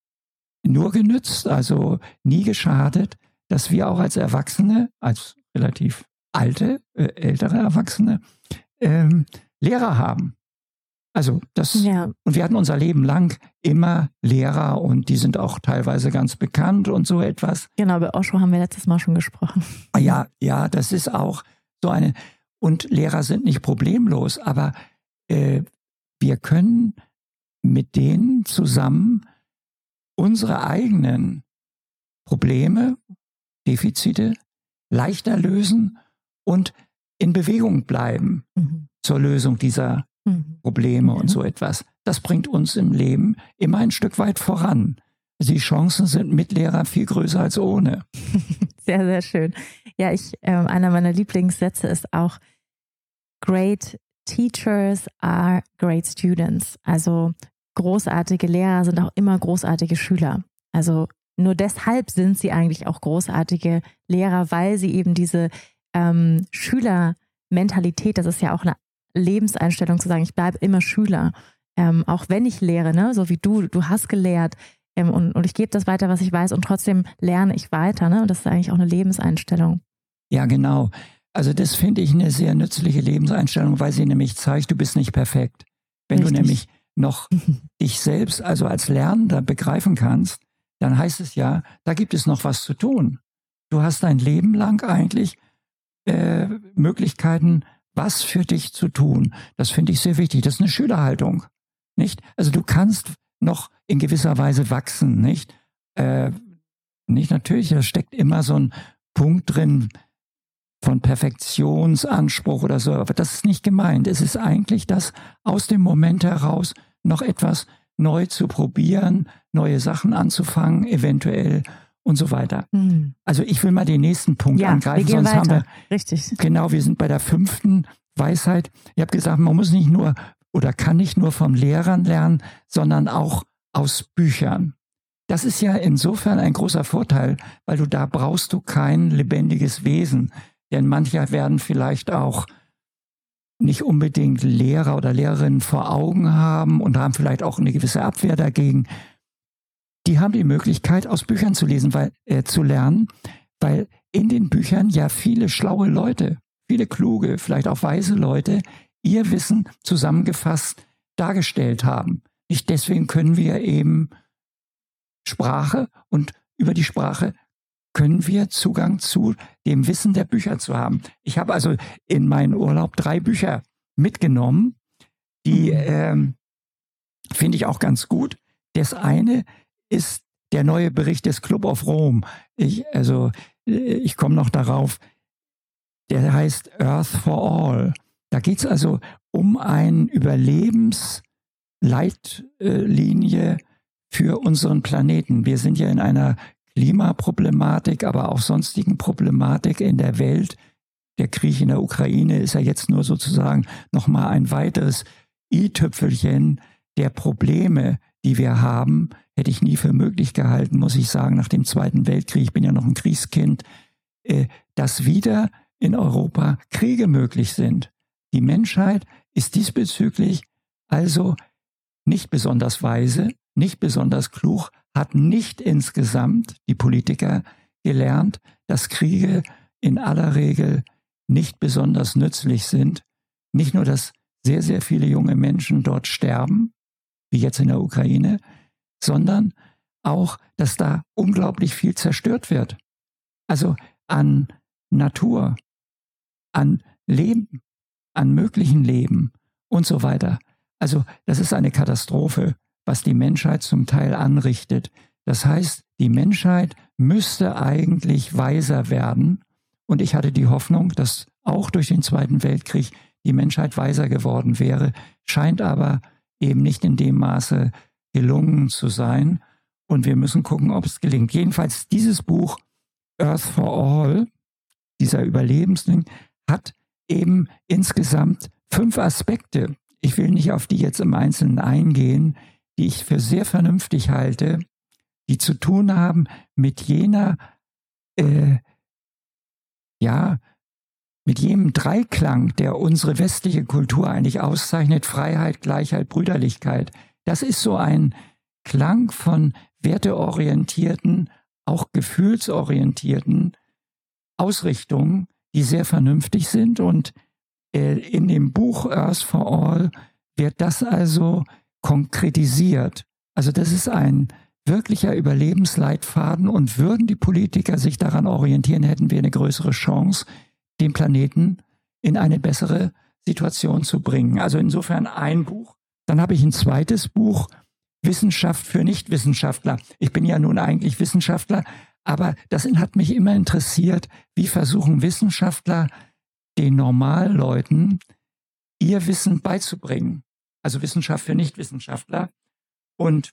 nur genützt, also nie geschadet, dass wir auch als Erwachsene, als relativ alte, äh, ältere Erwachsene, ähm, Lehrer haben. Also das, ja. Und wir hatten unser Leben lang immer Lehrer und die sind auch teilweise ganz bekannt und so etwas. Genau, über Osho haben wir letztes Mal schon gesprochen. Ja, ja, das ist auch so eine, und Lehrer sind nicht problemlos, aber äh, wir können mit denen zusammen unsere eigenen Probleme, Defizite leichter lösen und in Bewegung bleiben mhm. zur Lösung dieser mhm. Probleme mhm. und so etwas. Das bringt uns im Leben immer ein Stück weit voran. Die Chancen sind mit Lehrern viel größer als ohne. Sehr, sehr schön. Ja, ich, äh, einer meiner Lieblingssätze ist auch Great Teachers are great students. Also großartige Lehrer sind auch immer großartige Schüler. Also nur deshalb sind sie eigentlich auch großartige Lehrer, weil sie eben diese ähm, Schülermentalität, das ist ja auch eine Lebenseinstellung zu sagen, ich bleibe immer Schüler. Ähm, auch wenn ich lehre, ne? So wie du, du hast gelehrt ähm, und, und ich gebe das weiter, was ich weiß und trotzdem lerne ich weiter. Ne? Und das ist eigentlich auch eine Lebenseinstellung. Ja, genau. Also das finde ich eine sehr nützliche Lebenseinstellung, weil sie nämlich zeigt, du bist nicht perfekt. Wenn Richtig. Du nämlich noch dich selbst also als Lernender begreifen kannst, dann heißt es ja, da gibt es noch was zu tun. Du hast dein Leben lang eigentlich äh, Möglichkeiten, was für dich zu tun. Das finde ich sehr wichtig. Das ist eine Schülerhaltung, nicht? Also du kannst noch in gewisser Weise wachsen, nicht? Äh, nicht natürlich, da steckt immer so ein Punkt drin von Perfektionsanspruch oder so, aber das ist nicht gemeint. Es ist eigentlich das, aus dem Moment heraus noch etwas neu zu probieren, neue Sachen anzufangen, eventuell und so weiter. Hm. Also ich will mal den nächsten Punkt ja, angreifen, wir sonst weiter. haben wir, Richtig. Genau, wir sind bei der fünften Weisheit. Ich habe gesagt, man muss nicht nur oder kann nicht nur vom Lehrern lernen, sondern auch aus Büchern. Das ist ja insofern ein großer Vorteil, weil du da brauchst du kein lebendiges Wesen. Denn manche werden vielleicht auch nicht unbedingt Lehrer oder Lehrerinnen vor Augen haben und haben vielleicht auch eine gewisse Abwehr dagegen. Die haben die Möglichkeit, aus Büchern zu lesen, weil, äh, zu lernen, weil in den Büchern ja viele schlaue Leute, viele kluge, vielleicht auch weise Leute ihr Wissen zusammengefasst dargestellt haben. Nicht deswegen können wir eben Sprache und über die Sprache können wir Zugang zu dem Wissen der Bücher zu haben. Ich habe also in meinen Urlaub drei Bücher mitgenommen, die ähm, finde ich auch ganz gut. Das eine ist der neue Bericht des Club of Rome. Ich, also, ich komme noch darauf. Der heißt Earth for All. Da geht es also um eine Überlebensleitlinie für unseren Planeten. Wir sind ja in einer Klimaproblematik, aber auch sonstigen Problematik in der Welt. Der Krieg in der Ukraine ist ja jetzt nur sozusagen nochmal ein weiteres i-Tüpfelchen der Probleme, die wir haben. Hätte ich nie für möglich gehalten, muss ich sagen, nach dem Zweiten Weltkrieg, ich bin ja noch ein Kriegskind, dass wieder in Europa Kriege möglich sind. Die Menschheit ist diesbezüglich also nicht besonders weise, nicht besonders klug, hat nicht insgesamt die Politiker gelernt, dass Kriege in aller Regel nicht besonders nützlich sind. Nicht nur, dass sehr, sehr viele junge Menschen dort sterben, wie jetzt in der Ukraine, sondern auch, dass da unglaublich viel zerstört wird. Also an Natur, an Leben, an möglichen Leben und so weiter. Also das ist eine Katastrophe, was die Menschheit zum Teil anrichtet. Das heißt, die Menschheit müsste eigentlich weiser werden. Und ich hatte die Hoffnung, dass auch durch den Zweiten Weltkrieg die Menschheit weiser geworden wäre, scheint aber eben nicht in dem Maße gelungen zu sein. Und wir müssen gucken, ob es gelingt. Jedenfalls dieses Buch Earth for All, dieser Überlebensding, hat eben insgesamt fünf Aspekte. Ich will nicht auf die jetzt im Einzelnen eingehen, die ich für sehr vernünftig halte, die zu tun haben mit jener, äh, ja, mit jenem Dreiklang, der unsere westliche Kultur eigentlich auszeichnet: Freiheit, Gleichheit, Brüderlichkeit. Das ist so ein Klang von werteorientierten, auch gefühlsorientierten Ausrichtungen, die sehr vernünftig sind. Und äh, in dem Buch Earth for All wird das also konkretisiert. Also das ist ein wirklicher Überlebensleitfaden, und würden die Politiker sich daran orientieren, hätten wir eine größere Chance, den Planeten in eine bessere Situation zu bringen. Also insofern ein Buch. Dann habe ich ein zweites Buch, Wissenschaft für Nichtwissenschaftler. Ich bin ja nun eigentlich Wissenschaftler, aber das hat mich immer interessiert, wie versuchen Wissenschaftler den Normalleuten ihr Wissen beizubringen. Also Wissenschaft für Nichtwissenschaftler. Und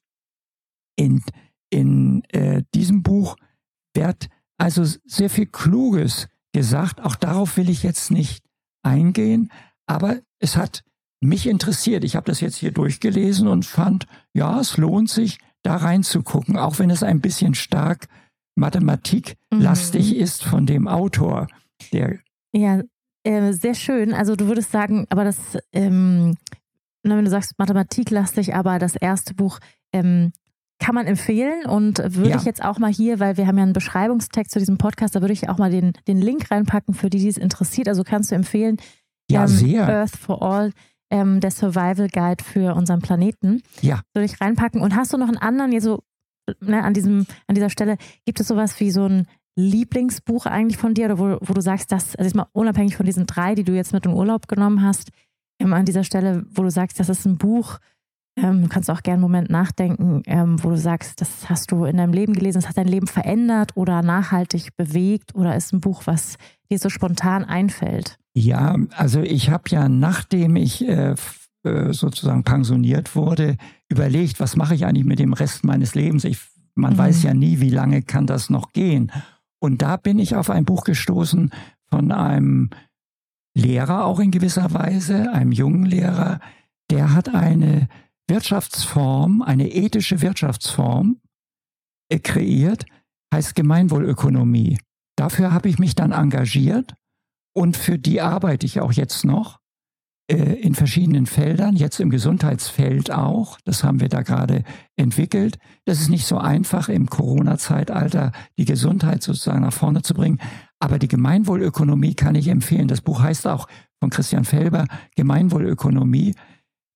in, in äh, diesem Buch wird also sehr viel Kluges gesagt. Auch darauf will ich jetzt nicht eingehen, aber es hat mich interessiert. Ich habe das jetzt hier durchgelesen und fand, ja, es lohnt sich, da reinzugucken, auch wenn es ein bisschen stark mathematiklastig mhm. ist von dem Autor. Der ja, äh, sehr schön. Also du würdest sagen, aber das, ähm, wenn du sagst mathematiklastig, aber das erste Buch ähm, kann man empfehlen, und würde ja. ich jetzt auch mal hier, weil wir haben ja einen Beschreibungstext zu diesem Podcast, da würde ich auch mal den, den Link reinpacken für die, die es interessiert. Also kannst du empfehlen, ja, ähm, sehr. Earth for All, ähm, der Survival Guide für unseren Planeten. Ja. Würde ich reinpacken. Und hast du noch einen anderen, hier so, ne, an diesem, an dieser Stelle, gibt es sowas wie so ein Lieblingsbuch eigentlich von dir, oder wo, wo du sagst, dass, also jetzt mal unabhängig von diesen drei, die du jetzt mit in Urlaub genommen hast, ähm, an dieser Stelle, wo du sagst, das ist ein Buch, Ähm, du kannst auch gerne einen Moment nachdenken, ähm, wo du sagst, das hast du in deinem Leben gelesen, das hat dein Leben verändert oder nachhaltig bewegt, oder ist ein Buch, was dir so spontan einfällt? Ja, also ich habe ja, nachdem ich äh, sozusagen pensioniert wurde, überlegt, was mache ich eigentlich mit dem Rest meines Lebens? Ich, man mhm. weiß ja nie, wie lange kann das noch gehen. Und da bin ich auf ein Buch gestoßen von einem Lehrer, auch in gewisser Weise, einem jungen Lehrer, der hat eine Wirtschaftsform, eine ethische Wirtschaftsform äh, kreiert, heißt Gemeinwohlökonomie. Dafür habe ich mich dann engagiert, und für die arbeite ich auch jetzt noch äh, in verschiedenen Feldern, jetzt im Gesundheitsfeld auch. Das haben wir da gerade entwickelt. Das ist nicht so einfach, im Corona-Zeitalter die Gesundheit sozusagen nach vorne zu bringen. Aber die Gemeinwohlökonomie kann ich empfehlen. Das Buch heißt auch von Christian Felber Gemeinwohlökonomie.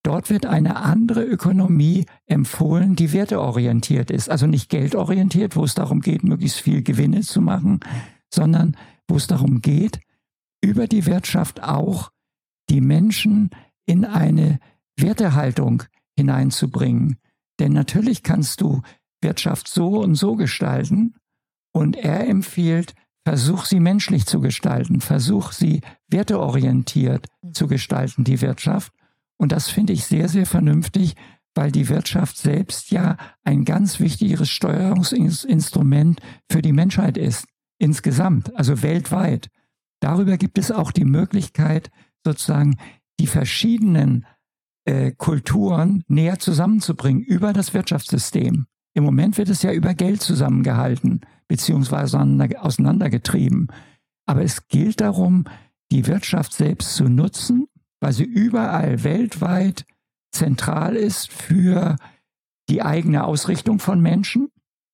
dort wird eine andere Ökonomie empfohlen, die werteorientiert ist. Also nicht geldorientiert, wo es darum geht, möglichst viel Gewinne zu machen, sondern wo es darum geht, über die Wirtschaft auch die Menschen in eine Wertehaltung hineinzubringen. Denn natürlich kannst du Wirtschaft so und so gestalten und er empfiehlt, versuch sie menschlich zu gestalten, versuch sie werteorientiert zu gestalten, die Wirtschaft. Und das finde ich sehr, sehr vernünftig, weil die Wirtschaft selbst ja ein ganz wichtiges Steuerungsinstrument für die Menschheit ist, insgesamt, also weltweit. Darüber gibt es auch die Möglichkeit, sozusagen die verschiedenen äh, Kulturen näher zusammenzubringen über das Wirtschaftssystem. Im Moment wird es ja über Geld zusammengehalten, beziehungsweise auseinandergetrieben. Aber es gilt darum, die Wirtschaft selbst zu nutzen, weil sie überall weltweit zentral ist für die eigene Ausrichtung von Menschen.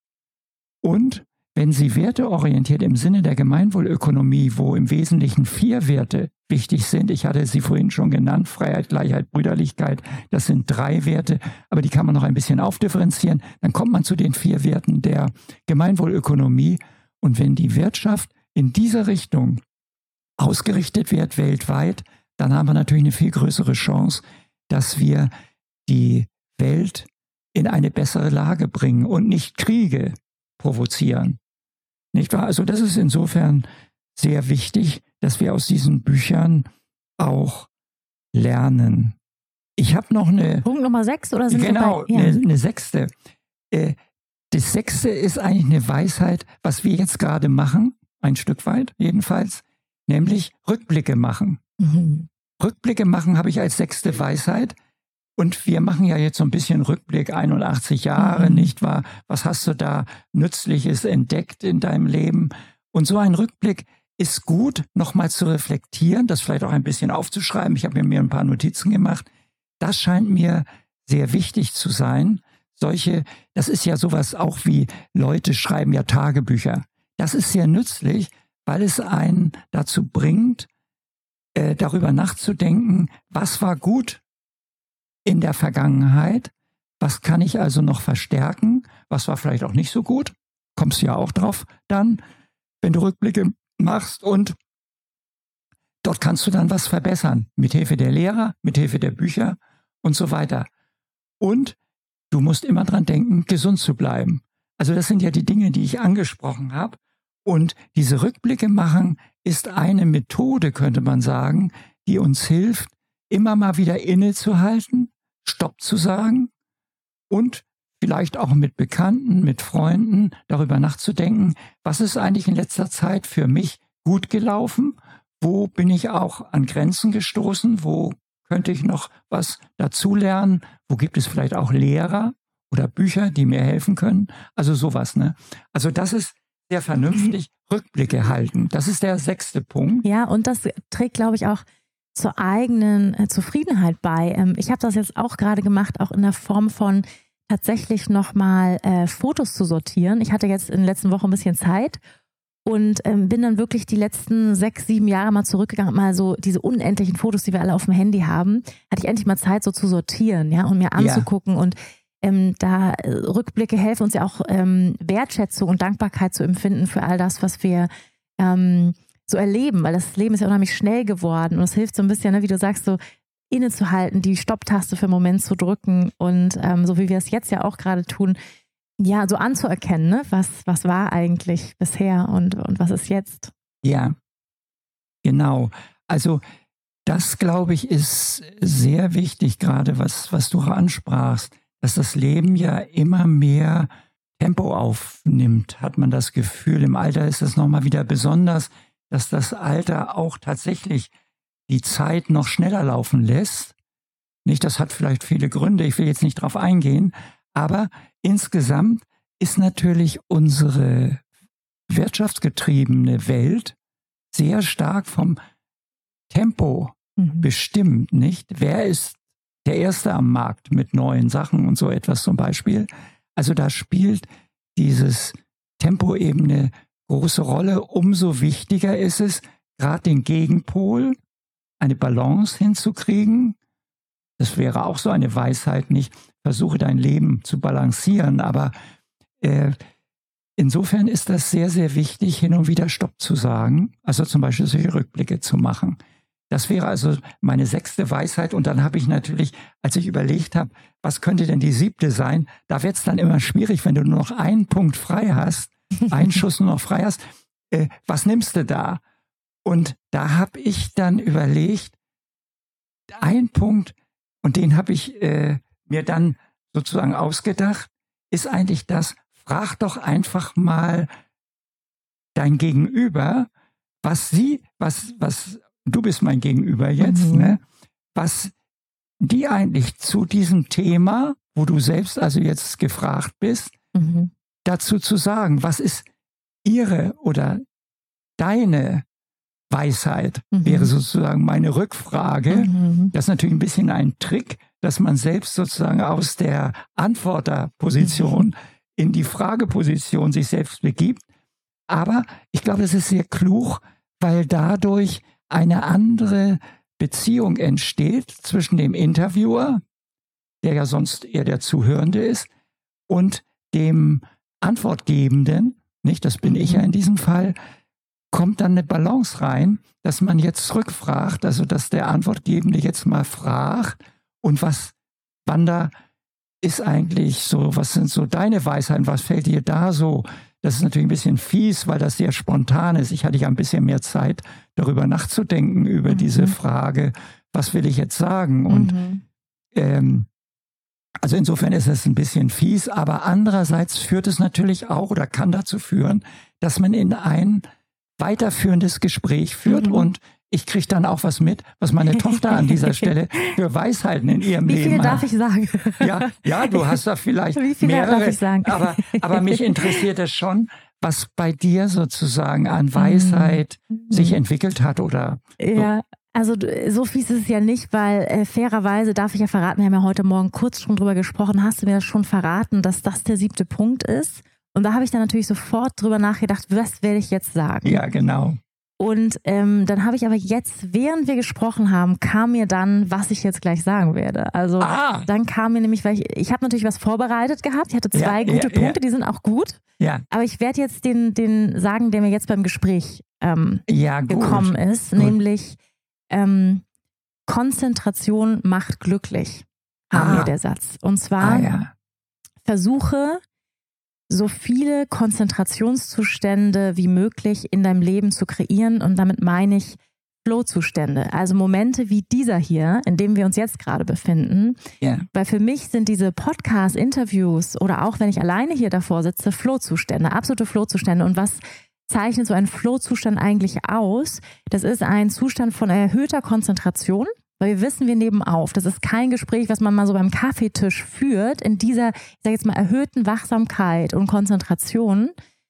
Und wenn sie werteorientiert im Sinne der Gemeinwohlökonomie, wo im Wesentlichen vier Werte wichtig sind, ich hatte sie vorhin schon genannt, Freiheit, Gleichheit, Brüderlichkeit, das sind drei Werte, aber die kann man noch ein bisschen aufdifferenzieren, dann kommt man zu den vier Werten der Gemeinwohlökonomie. Und wenn die Wirtschaft in dieser Richtung ausgerichtet wird weltweit, dann haben wir natürlich eine viel größere Chance, dass wir die Welt in eine bessere Lage bringen und nicht Kriege provozieren. Nicht wahr? Also das ist insofern sehr wichtig, dass wir aus diesen Büchern auch lernen. Ich habe noch eine... Punkt Nummer sechs oder sind Genau, wir bei, ja. eine, eine sechste. Äh, das sechste ist eigentlich eine Weisheit, was wir jetzt gerade machen, ein Stück weit jedenfalls, nämlich Rückblicke machen. Mhm. Rückblicke machen habe ich als sechste Weisheit. Und wir machen ja jetzt so ein bisschen Rückblick, einundachtzig Jahre, mhm. nicht wahr? Was hast du da Nützliches entdeckt in deinem Leben? Und so ein Rückblick ist gut, nochmal zu reflektieren, das vielleicht auch ein bisschen aufzuschreiben. Ich habe mir ein paar Notizen gemacht. Das scheint mir sehr wichtig zu sein. Solche, das ist ja sowas auch wie Leute schreiben ja Tagebücher. Das ist sehr nützlich, weil es einen dazu bringt, äh, darüber nachzudenken, was war gut in der Vergangenheit, was kann ich also noch verstärken, was war vielleicht auch nicht so gut, kommst du ja auch drauf dann, wenn du Rückblicke machst und dort kannst du dann was verbessern, mit Hilfe der Lehrer, mit Hilfe der Bücher und so weiter. Und du musst immer dran denken, gesund zu bleiben. Also das sind ja die Dinge, die ich angesprochen habe. Und diese Rückblicke machen ist eine Methode, könnte man sagen, die uns hilft, immer mal wieder innezuhalten, Stopp zu sagen und vielleicht auch mit Bekannten, mit Freunden darüber nachzudenken, was ist eigentlich in letzter Zeit für mich gut gelaufen, wo bin ich auch an Grenzen gestoßen, wo könnte ich noch was dazulernen, wo gibt es vielleicht auch Lehrer oder Bücher, die mir helfen können, also sowas, ne? Also das ist sehr vernünftig, Rückblicke halten, das ist der sechste Punkt. Ja, und das trägt, glaube ich, auch zur eigenen äh, Zufriedenheit bei. Ähm, ich habe das jetzt auch gerade gemacht, auch in der Form von tatsächlich nochmal äh, Fotos zu sortieren. Ich hatte jetzt in der letzten Woche ein bisschen Zeit und ähm, bin dann wirklich die letzten sechs, sieben Jahre mal zurückgegangen, mal so diese unendlichen Fotos, die wir alle auf dem Handy haben, hatte ich endlich mal Zeit so zu sortieren, ja, und mir anzugucken. Ja. Und ähm, da äh, Rückblicke helfen uns ja auch ähm, Wertschätzung und Dankbarkeit zu empfinden für all das, was wir ähm, so erleben, weil das Leben ist ja unheimlich schnell geworden und es hilft so ein bisschen, ne, wie du sagst, so innezuhalten, die Stopptaste für einen Moment zu drücken und ähm, so wie wir es jetzt ja auch gerade tun, ja, so anzuerkennen, ne, was, was war eigentlich bisher und, und was ist jetzt. Ja, genau. Also das, glaube ich, ist sehr wichtig, gerade was, was du ansprachst, dass das Leben ja immer mehr Tempo aufnimmt, hat man das Gefühl. Im Alter ist es nochmal wieder besonders, dass das Alter auch tatsächlich die Zeit noch schneller laufen lässt. Nicht, das hat vielleicht viele Gründe, ich will jetzt nicht drauf eingehen, aber insgesamt ist natürlich unsere wirtschaftsgetriebene Welt sehr stark vom Tempo mhm. bestimmt, nicht? Wer ist der Erste am Markt mit neuen Sachen und so etwas zum Beispiel? Also da spielt dieses Tempo eben eine große Rolle. Umso wichtiger ist es, gerade den Gegenpol, eine Balance hinzukriegen. das wäre auch so eine Weisheit, nicht? Versuche dein Leben zu balancieren, aber äh, insofern ist das sehr, sehr wichtig, hin und wieder Stopp zu sagen, also zum Beispiel solche Rückblicke zu machen. Das wäre also meine sechste Weisheit. Und dann habe ich natürlich, als ich überlegt habe, was könnte denn die siebte sein, da wird es dann immer schwierig, wenn du nur noch einen Punkt frei hast, einen Schuss nur noch frei hast, äh, was nimmst du da? Und da habe ich dann überlegt, ein Punkt, und den habe ich äh, mir dann sozusagen ausgedacht, ist eigentlich das, frag doch einfach mal dein Gegenüber, was sie, was, was, du bist mein Gegenüber jetzt, mhm. ne, was die eigentlich zu diesem Thema, wo du selbst also jetzt gefragt bist, mhm. dazu zu sagen, was ist ihre oder deine Weisheit, mhm. wäre sozusagen meine Rückfrage. Mhm. Das ist natürlich ein bisschen ein Trick, dass man selbst sozusagen aus der Antworterposition mhm. in die Frageposition sich selbst begibt. Aber ich glaube, es ist sehr klug, weil dadurch eine andere Beziehung entsteht zwischen dem Interviewer, der ja sonst eher der Zuhörende ist, und dem Antwortgebenden, nicht, das bin ich ja in diesem Fall, kommt dann eine Balance rein, dass man jetzt zurückfragt, also dass der Antwortgebende jetzt mal fragt, und was, Wanda, ist eigentlich so, was sind so deine Weisheiten, was fällt dir da so? Das ist natürlich ein bisschen fies, weil das sehr spontan ist. Ich hatte ja ein bisschen mehr Zeit, darüber nachzudenken, über mhm. diese Frage, was will ich jetzt sagen? Und mhm. ähm, also insofern ist es ein bisschen fies, aber andererseits führt es natürlich auch oder kann dazu führen, dass man in ein weiterführendes Gespräch führt mhm. und ich kriege dann auch was mit, was meine Tochter an dieser Stelle für Weisheiten in ihrem Wie Leben hat. Wie viel darf ich sagen? Ja, ja, du hast da vielleicht Wie viel mehrere. Darf ich sagen? Aber, aber mich interessiert es schon, was bei dir sozusagen an Weisheit mhm. sich entwickelt hat oder ja. So. Also so fies ist es ja nicht, weil äh, fairerweise darf ich ja verraten, wir haben ja heute Morgen kurz schon drüber gesprochen, hast du mir das schon verraten, dass das der siebte Punkt ist? Und da habe ich dann natürlich sofort drüber nachgedacht, was werde ich jetzt sagen? Ja, genau. Und ähm, dann habe ich aber jetzt, während wir gesprochen haben, kam mir dann, was ich jetzt gleich sagen werde. Also ah. dann kam mir nämlich, weil ich, ich habe natürlich was vorbereitet gehabt. Ich hatte zwei ja, gute ja, Punkte, ja. die sind auch gut. Ja. Aber ich werde jetzt den, den sagen, der mir jetzt beim Gespräch ähm, ja, gekommen ist, gut. nämlich ähm, Konzentration macht glücklich, war ah. mir der Satz. Und zwar ah, ja. versuche so viele Konzentrationszustände wie möglich in deinem Leben zu kreieren. Und damit meine ich Flow-Zustände. Also Momente wie dieser hier, in dem wir uns jetzt gerade befinden. Yeah. Weil für mich sind diese Podcast-Interviews oder auch wenn ich alleine hier davor sitze, Flow-Zustände, absolute Flow-Zustände. Und was zeichnet so ein Flow-Zustand eigentlich aus? Das ist ein Zustand von erhöhter Konzentration. Weil wir wissen, wir nehmen auf. Das ist kein Gespräch, was man mal so beim Kaffeetisch führt, in dieser, ich sage jetzt mal, erhöhten Wachsamkeit und Konzentration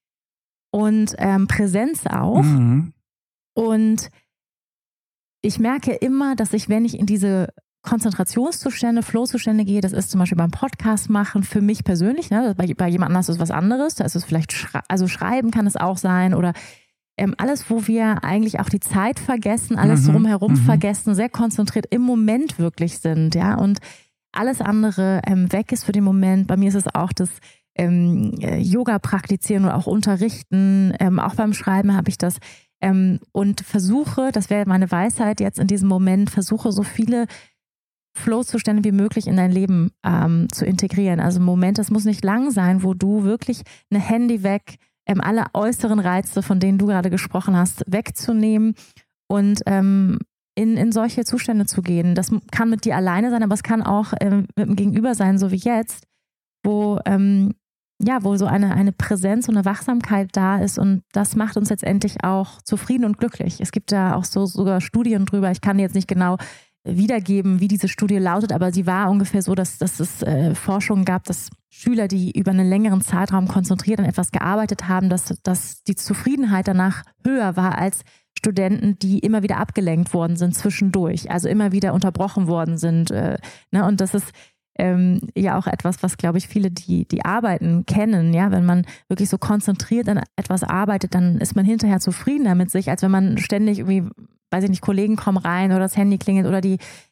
und ähm, Präsenz auch. Mhm. Und ich merke immer, dass ich, wenn ich in diese Konzentrationszustände, Flow-Zustände gehe, das ist zum Beispiel beim Podcast machen, für mich persönlich, ne? bei, bei jemand anders ist es was anderes, da ist es vielleicht, schrei- also schreiben kann es auch sein oder Ähm, alles, wo wir eigentlich auch die Zeit vergessen, alles mhm, drumherum mhm. vergessen, sehr konzentriert im Moment wirklich sind, ja, und alles andere ähm, weg ist für den Moment. Bei mir ist es auch das ähm, Yoga praktizieren oder auch unterrichten, ähm, auch beim Schreiben habe ich das ähm, und versuche, das wäre meine Weisheit jetzt in diesem Moment, versuche so viele Flow-Zustände wie möglich in dein Leben ähm, zu integrieren. Also ein Moment, das muss nicht lang sein, wo du wirklich ein Handy weg, Ähm, alle äußeren Reize, von denen du gerade gesprochen hast, wegzunehmen und ähm, in, in solche Zustände zu gehen. Das kann mit dir alleine sein, aber es kann auch ähm, mit dem Gegenüber sein, so wie jetzt, wo, ähm, ja, wo so eine, eine Präsenz und eine Wachsamkeit da ist und das macht uns letztendlich auch zufrieden und glücklich. Es gibt da auch so sogar Studien drüber, ich kann jetzt nicht genau wiedergeben, wie diese Studie lautet, aber sie war ungefähr so, dass, dass es äh, Forschungen gab, dass Schüler, die über einen längeren Zeitraum konzentriert an etwas gearbeitet haben, dass, dass die Zufriedenheit danach höher war als Studenten, die immer wieder abgelenkt worden sind zwischendurch, also immer wieder unterbrochen worden sind. Äh, ne? Und das ist ähm, ja auch etwas, was, glaube ich, viele, die, die arbeiten, kennen. Ja? Wenn man wirklich so konzentriert an etwas arbeitet, dann ist man hinterher zufriedener mit sich, als wenn man ständig irgendwie, weiß ich nicht, Kollegen kommen rein oder das Handy klingelt oder die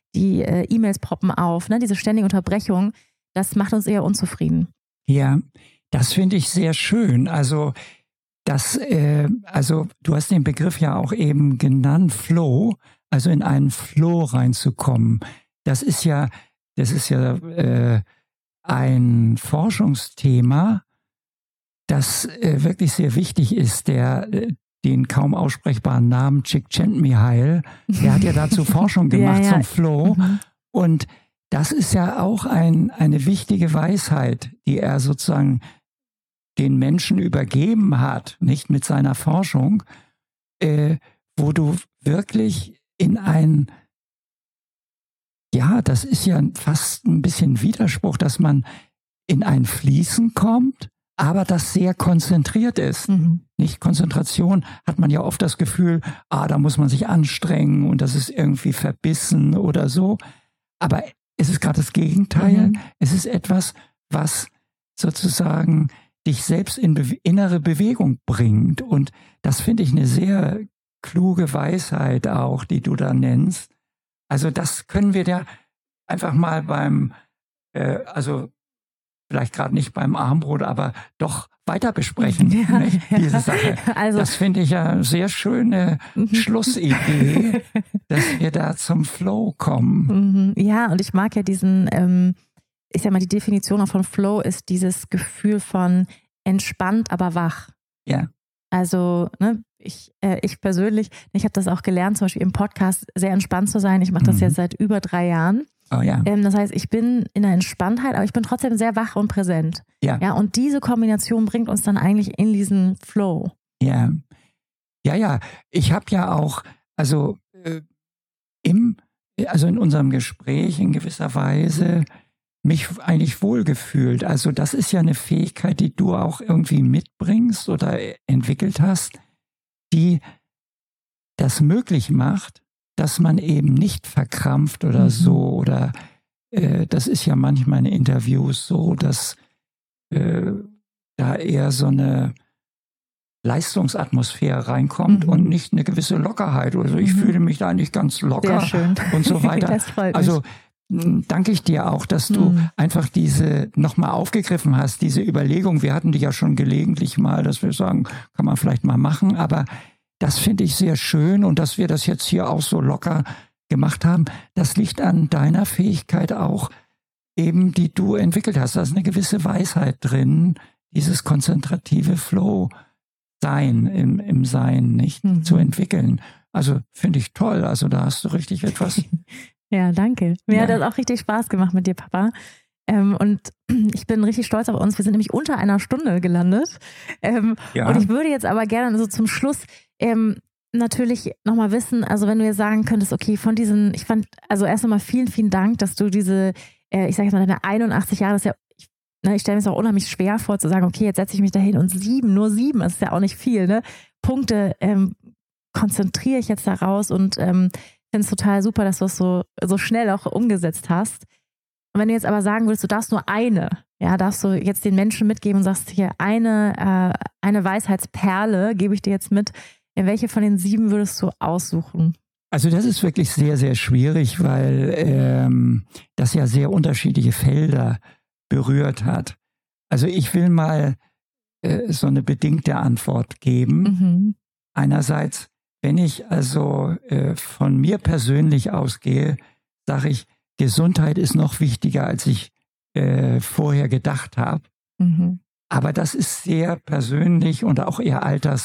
die äh, E-Mails poppen auf, ne? Diese ständige Unterbrechung, das macht uns eher unzufrieden. Ja, das finde ich sehr schön. Also das, äh, also du hast den Begriff ja auch eben genannt, Flow, also in einen Flow reinzukommen. Das ist ja, das ist ja äh, ein Forschungsthema, das äh, wirklich sehr wichtig ist. Der äh, den kaum aussprechbaren Namen Csikszentmihalyi, der hat ja dazu Forschung gemacht ja, ja. zum Flow. Mhm. Und das ist ja auch ein, eine wichtige Weisheit, die er sozusagen den Menschen übergeben hat, nicht mit seiner Forschung, äh, wo du wirklich in ein, ja, das ist ja fast ein bisschen Widerspruch, dass man in ein Fließen kommt, aber das sehr konzentriert ist. Mhm. Nicht Konzentration hat man ja oft das Gefühl, ah, da muss man sich anstrengen und das ist irgendwie verbissen oder so. Aber es ist gerade das Gegenteil. Mhm. Es ist etwas, was sozusagen dich selbst in be- innere Bewegung bringt. Und das finde ich eine sehr kluge Weisheit auch, die du da nennst. Also das können wir ja einfach mal beim, äh, also vielleicht gerade nicht beim Armbrot, aber doch weiter besprechen, ja, nicht? Ja. Diese Sache. Also, das finde ich ja eine sehr schöne Schlussidee, dass wir da zum Flow kommen. Ja, und ich mag ja diesen, ähm, ich sag mal, die Definition auch von Flow ist dieses Gefühl von entspannt, aber wach. Ja. Also, ne, ich, äh, ich persönlich, ich habe das auch gelernt, zum Beispiel im Podcast sehr entspannt zu sein. Ich mache das mhm. jetzt seit über drei Jahren. Oh ja. Ähm, das heißt, ich bin in der Entspanntheit, aber ich bin trotzdem sehr wach und präsent. Ja. Ja, und diese Kombination bringt uns dann eigentlich in diesen Flow. Ja. Ja, ja. Ich habe ja auch, also äh, im, also in unserem Gespräch in gewisser Weise mich eigentlich wohlgefühlt. Also das ist ja eine Fähigkeit, die du auch irgendwie mitbringst oder entwickelt hast, die das möglich macht, dass man eben nicht verkrampft oder mhm. so. Oder äh, das ist ja manchmal in Interviews so, dass äh, da eher so eine Leistungsatmosphäre reinkommt mhm. und nicht eine gewisse Lockerheit. Also ich mhm. fühle mich da eigentlich ganz locker Sehr schön. Und so weiter. Das freut mich. Also danke ich dir auch, dass du mhm. einfach diese nochmal aufgegriffen hast, diese Überlegung. Wir hatten die ja schon gelegentlich mal, dass wir sagen, kann man vielleicht mal machen, aber das finde ich sehr schön und dass wir das jetzt hier auch so locker gemacht haben, das liegt an deiner Fähigkeit auch eben, die du entwickelt hast. Da ist eine gewisse Weisheit drin, dieses konzentrative Flow-Sein im, im Sein nicht mhm. zu entwickeln. Also finde ich toll. Also da hast du richtig etwas. Ja, danke. Mir ja. hat das auch richtig Spaß gemacht mit dir, Papa. Ähm, und ich bin richtig stolz auf uns. Wir sind nämlich unter einer Stunde gelandet. Ähm, ja. Und ich würde jetzt aber gerne so zum Schluss ähm, natürlich nochmal wissen, also wenn du jetzt sagen könntest, okay, von diesen, ich fand, also erst einmal vielen, vielen Dank, dass du diese, äh, ich sage jetzt mal, deine einundachtzig Jahre, das ist ja, ich, ne, ich stelle mir es auch unheimlich schwer vor, zu sagen, okay, jetzt setze ich mich dahin und sieben, nur sieben, das ist ja auch nicht viel, ne? Punkte ähm, konzentriere ich jetzt daraus und ähm, finde es total super, dass du es so, so schnell auch umgesetzt hast. Und wenn du jetzt aber sagen würdest, du darfst nur eine, ja, darfst du jetzt den Menschen mitgeben und sagst, hier eine, äh, eine Weisheitsperle gebe ich dir jetzt mit, in welche von den sieben würdest du aussuchen? Also das ist wirklich sehr, sehr schwierig, weil ähm, das ja sehr unterschiedliche Felder berührt hat. Also ich will mal äh, so eine bedingte Antwort geben. Mhm. Einerseits, wenn ich also äh, von mir persönlich ausgehe, sage ich, Gesundheit ist noch wichtiger, als ich äh, vorher gedacht habe. Mhm. Aber das ist sehr persönlich und auch eher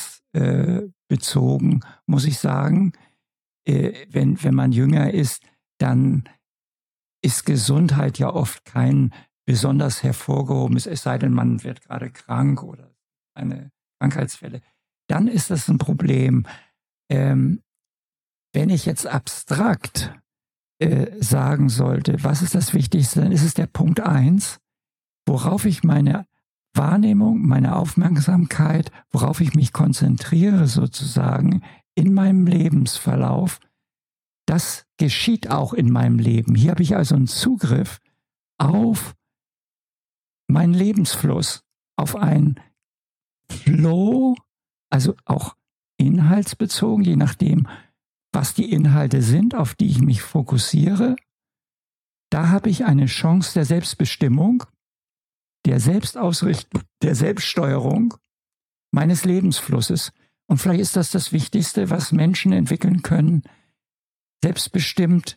altersbezogen, äh, muss ich sagen. Äh, wenn, wenn man jünger ist, dann ist Gesundheit ja oft kein besonders hervorgehobenes, es sei denn, man wird gerade krank oder eine Krankheitsfälle. Dann ist das ein Problem. Ähm, wenn ich jetzt abstrakt äh, sagen sollte, was ist das Wichtigste, dann ist es der Punkt eins, worauf ich meine Wahrnehmung, meine Aufmerksamkeit, worauf ich mich konzentriere sozusagen in meinem Lebensverlauf, das geschieht auch in meinem Leben. Hier habe ich also einen Zugriff auf meinen Lebensfluss, auf einen Flow, also auch inhaltsbezogen, je nachdem, was die Inhalte sind, auf die ich mich fokussiere. da habe ich eine Chance der Selbstbestimmung, der Selbstausrichtung, der Selbststeuerung meines Lebensflusses. Und vielleicht ist das das Wichtigste, was Menschen entwickeln können, selbstbestimmt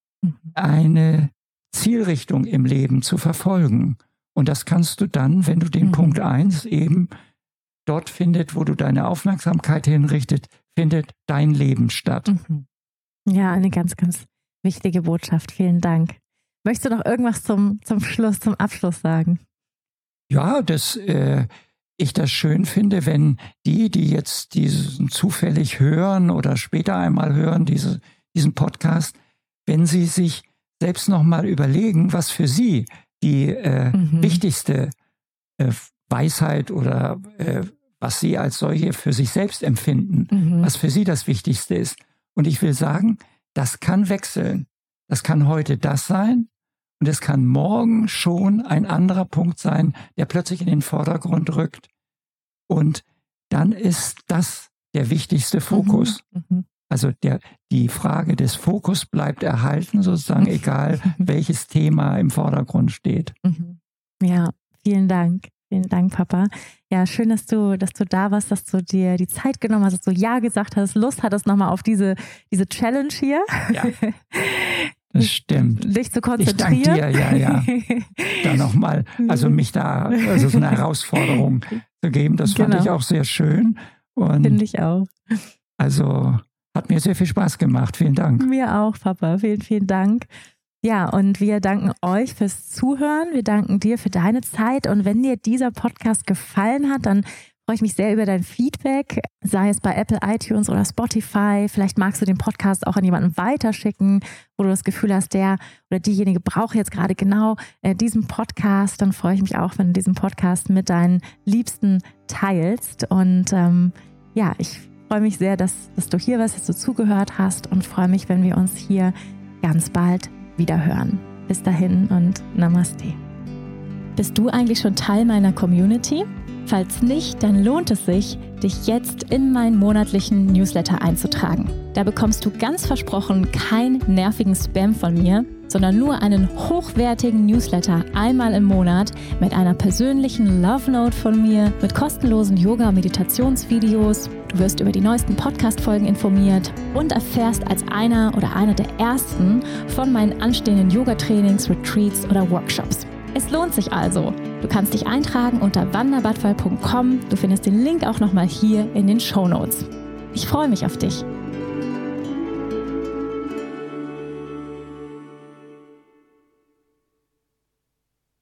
eine Zielrichtung im Leben zu verfolgen. Und das kannst du dann, wenn du den mhm. Punkt eins eben dort findet, wo du deine Aufmerksamkeit hinrichtet, findet dein Leben statt. Mhm. Ja, eine ganz, ganz wichtige Botschaft. Vielen Dank. Möchtest du noch irgendwas zum, zum Schluss, zum Abschluss sagen? Ja, dass äh, ich das schön finde, wenn die, die jetzt diesen zufällig hören oder später einmal hören, diese, diesen Podcast, wenn sie sich selbst nochmal überlegen, was für sie die äh, mhm. wichtigste äh, Weisheit oder äh, was sie als solche für sich selbst empfinden, mhm. was für sie das Wichtigste ist. Und ich will sagen, das kann wechseln. Das kann heute das sein und es kann morgen schon ein anderer Punkt sein, der plötzlich in den Vordergrund rückt. Und dann ist das der wichtigste Fokus. Mhm. Mhm. Also der, die Frage des Fokus bleibt erhalten, sozusagen, egal welches Thema im Vordergrund steht. Ja, vielen Dank. Vielen Dank, Papa. Ja, schön, dass du, dass du da warst, dass du dir die Zeit genommen hast, dass du Ja gesagt hast, Lust hattest nochmal auf diese, diese Challenge hier. Ja, das stimmt. Dich zu konzentrieren. Ich danke dir, ja, ja. Da nochmal, also mich da, also so eine Herausforderung zu geben, das fand genau. ich auch sehr schön. Finde ich auch. Also hat mir sehr viel Spaß gemacht. Vielen Dank. Mir auch, Papa. Vielen, vielen Dank. Ja, und wir danken euch fürs Zuhören. Wir danken dir für deine Zeit. Und wenn dir dieser Podcast gefallen hat, dann freue ich mich sehr über dein Feedback, sei es bei Apple, iTunes oder Spotify. Vielleicht magst du den Podcast auch an jemanden weiterschicken, wo du das Gefühl hast, der oder diejenige braucht jetzt gerade genau äh, diesen Podcast. Dann freue ich mich auch, wenn du diesen Podcast mit deinen Liebsten teilst. Und ähm, ja, ich freue mich sehr, dass, dass du hier warst, dass du zugehört hast und freue mich, wenn wir uns hier ganz bald wieder hören. Bis dahin und Namaste. Bist du eigentlich schon Teil meiner Community? Falls nicht, dann lohnt es sich, dich jetzt in meinen monatlichen Newsletter einzutragen. Da bekommst du ganz versprochen keinen nervigen Spam von mir, sondern nur einen hochwertigen Newsletter einmal im Monat mit einer persönlichen Love Note von mir, mit kostenlosen Yoga- und Meditationsvideos. Du wirst über die neuesten Podcast-Folgen informiert und erfährst als einer oder einer der ersten von meinen anstehenden Yoga-Trainings, Retreats oder Workshops. Es lohnt sich also. Du kannst dich eintragen unter wanda badfall punkt com. Du findest den Link auch nochmal hier in den Shownotes. Ich freue mich auf dich.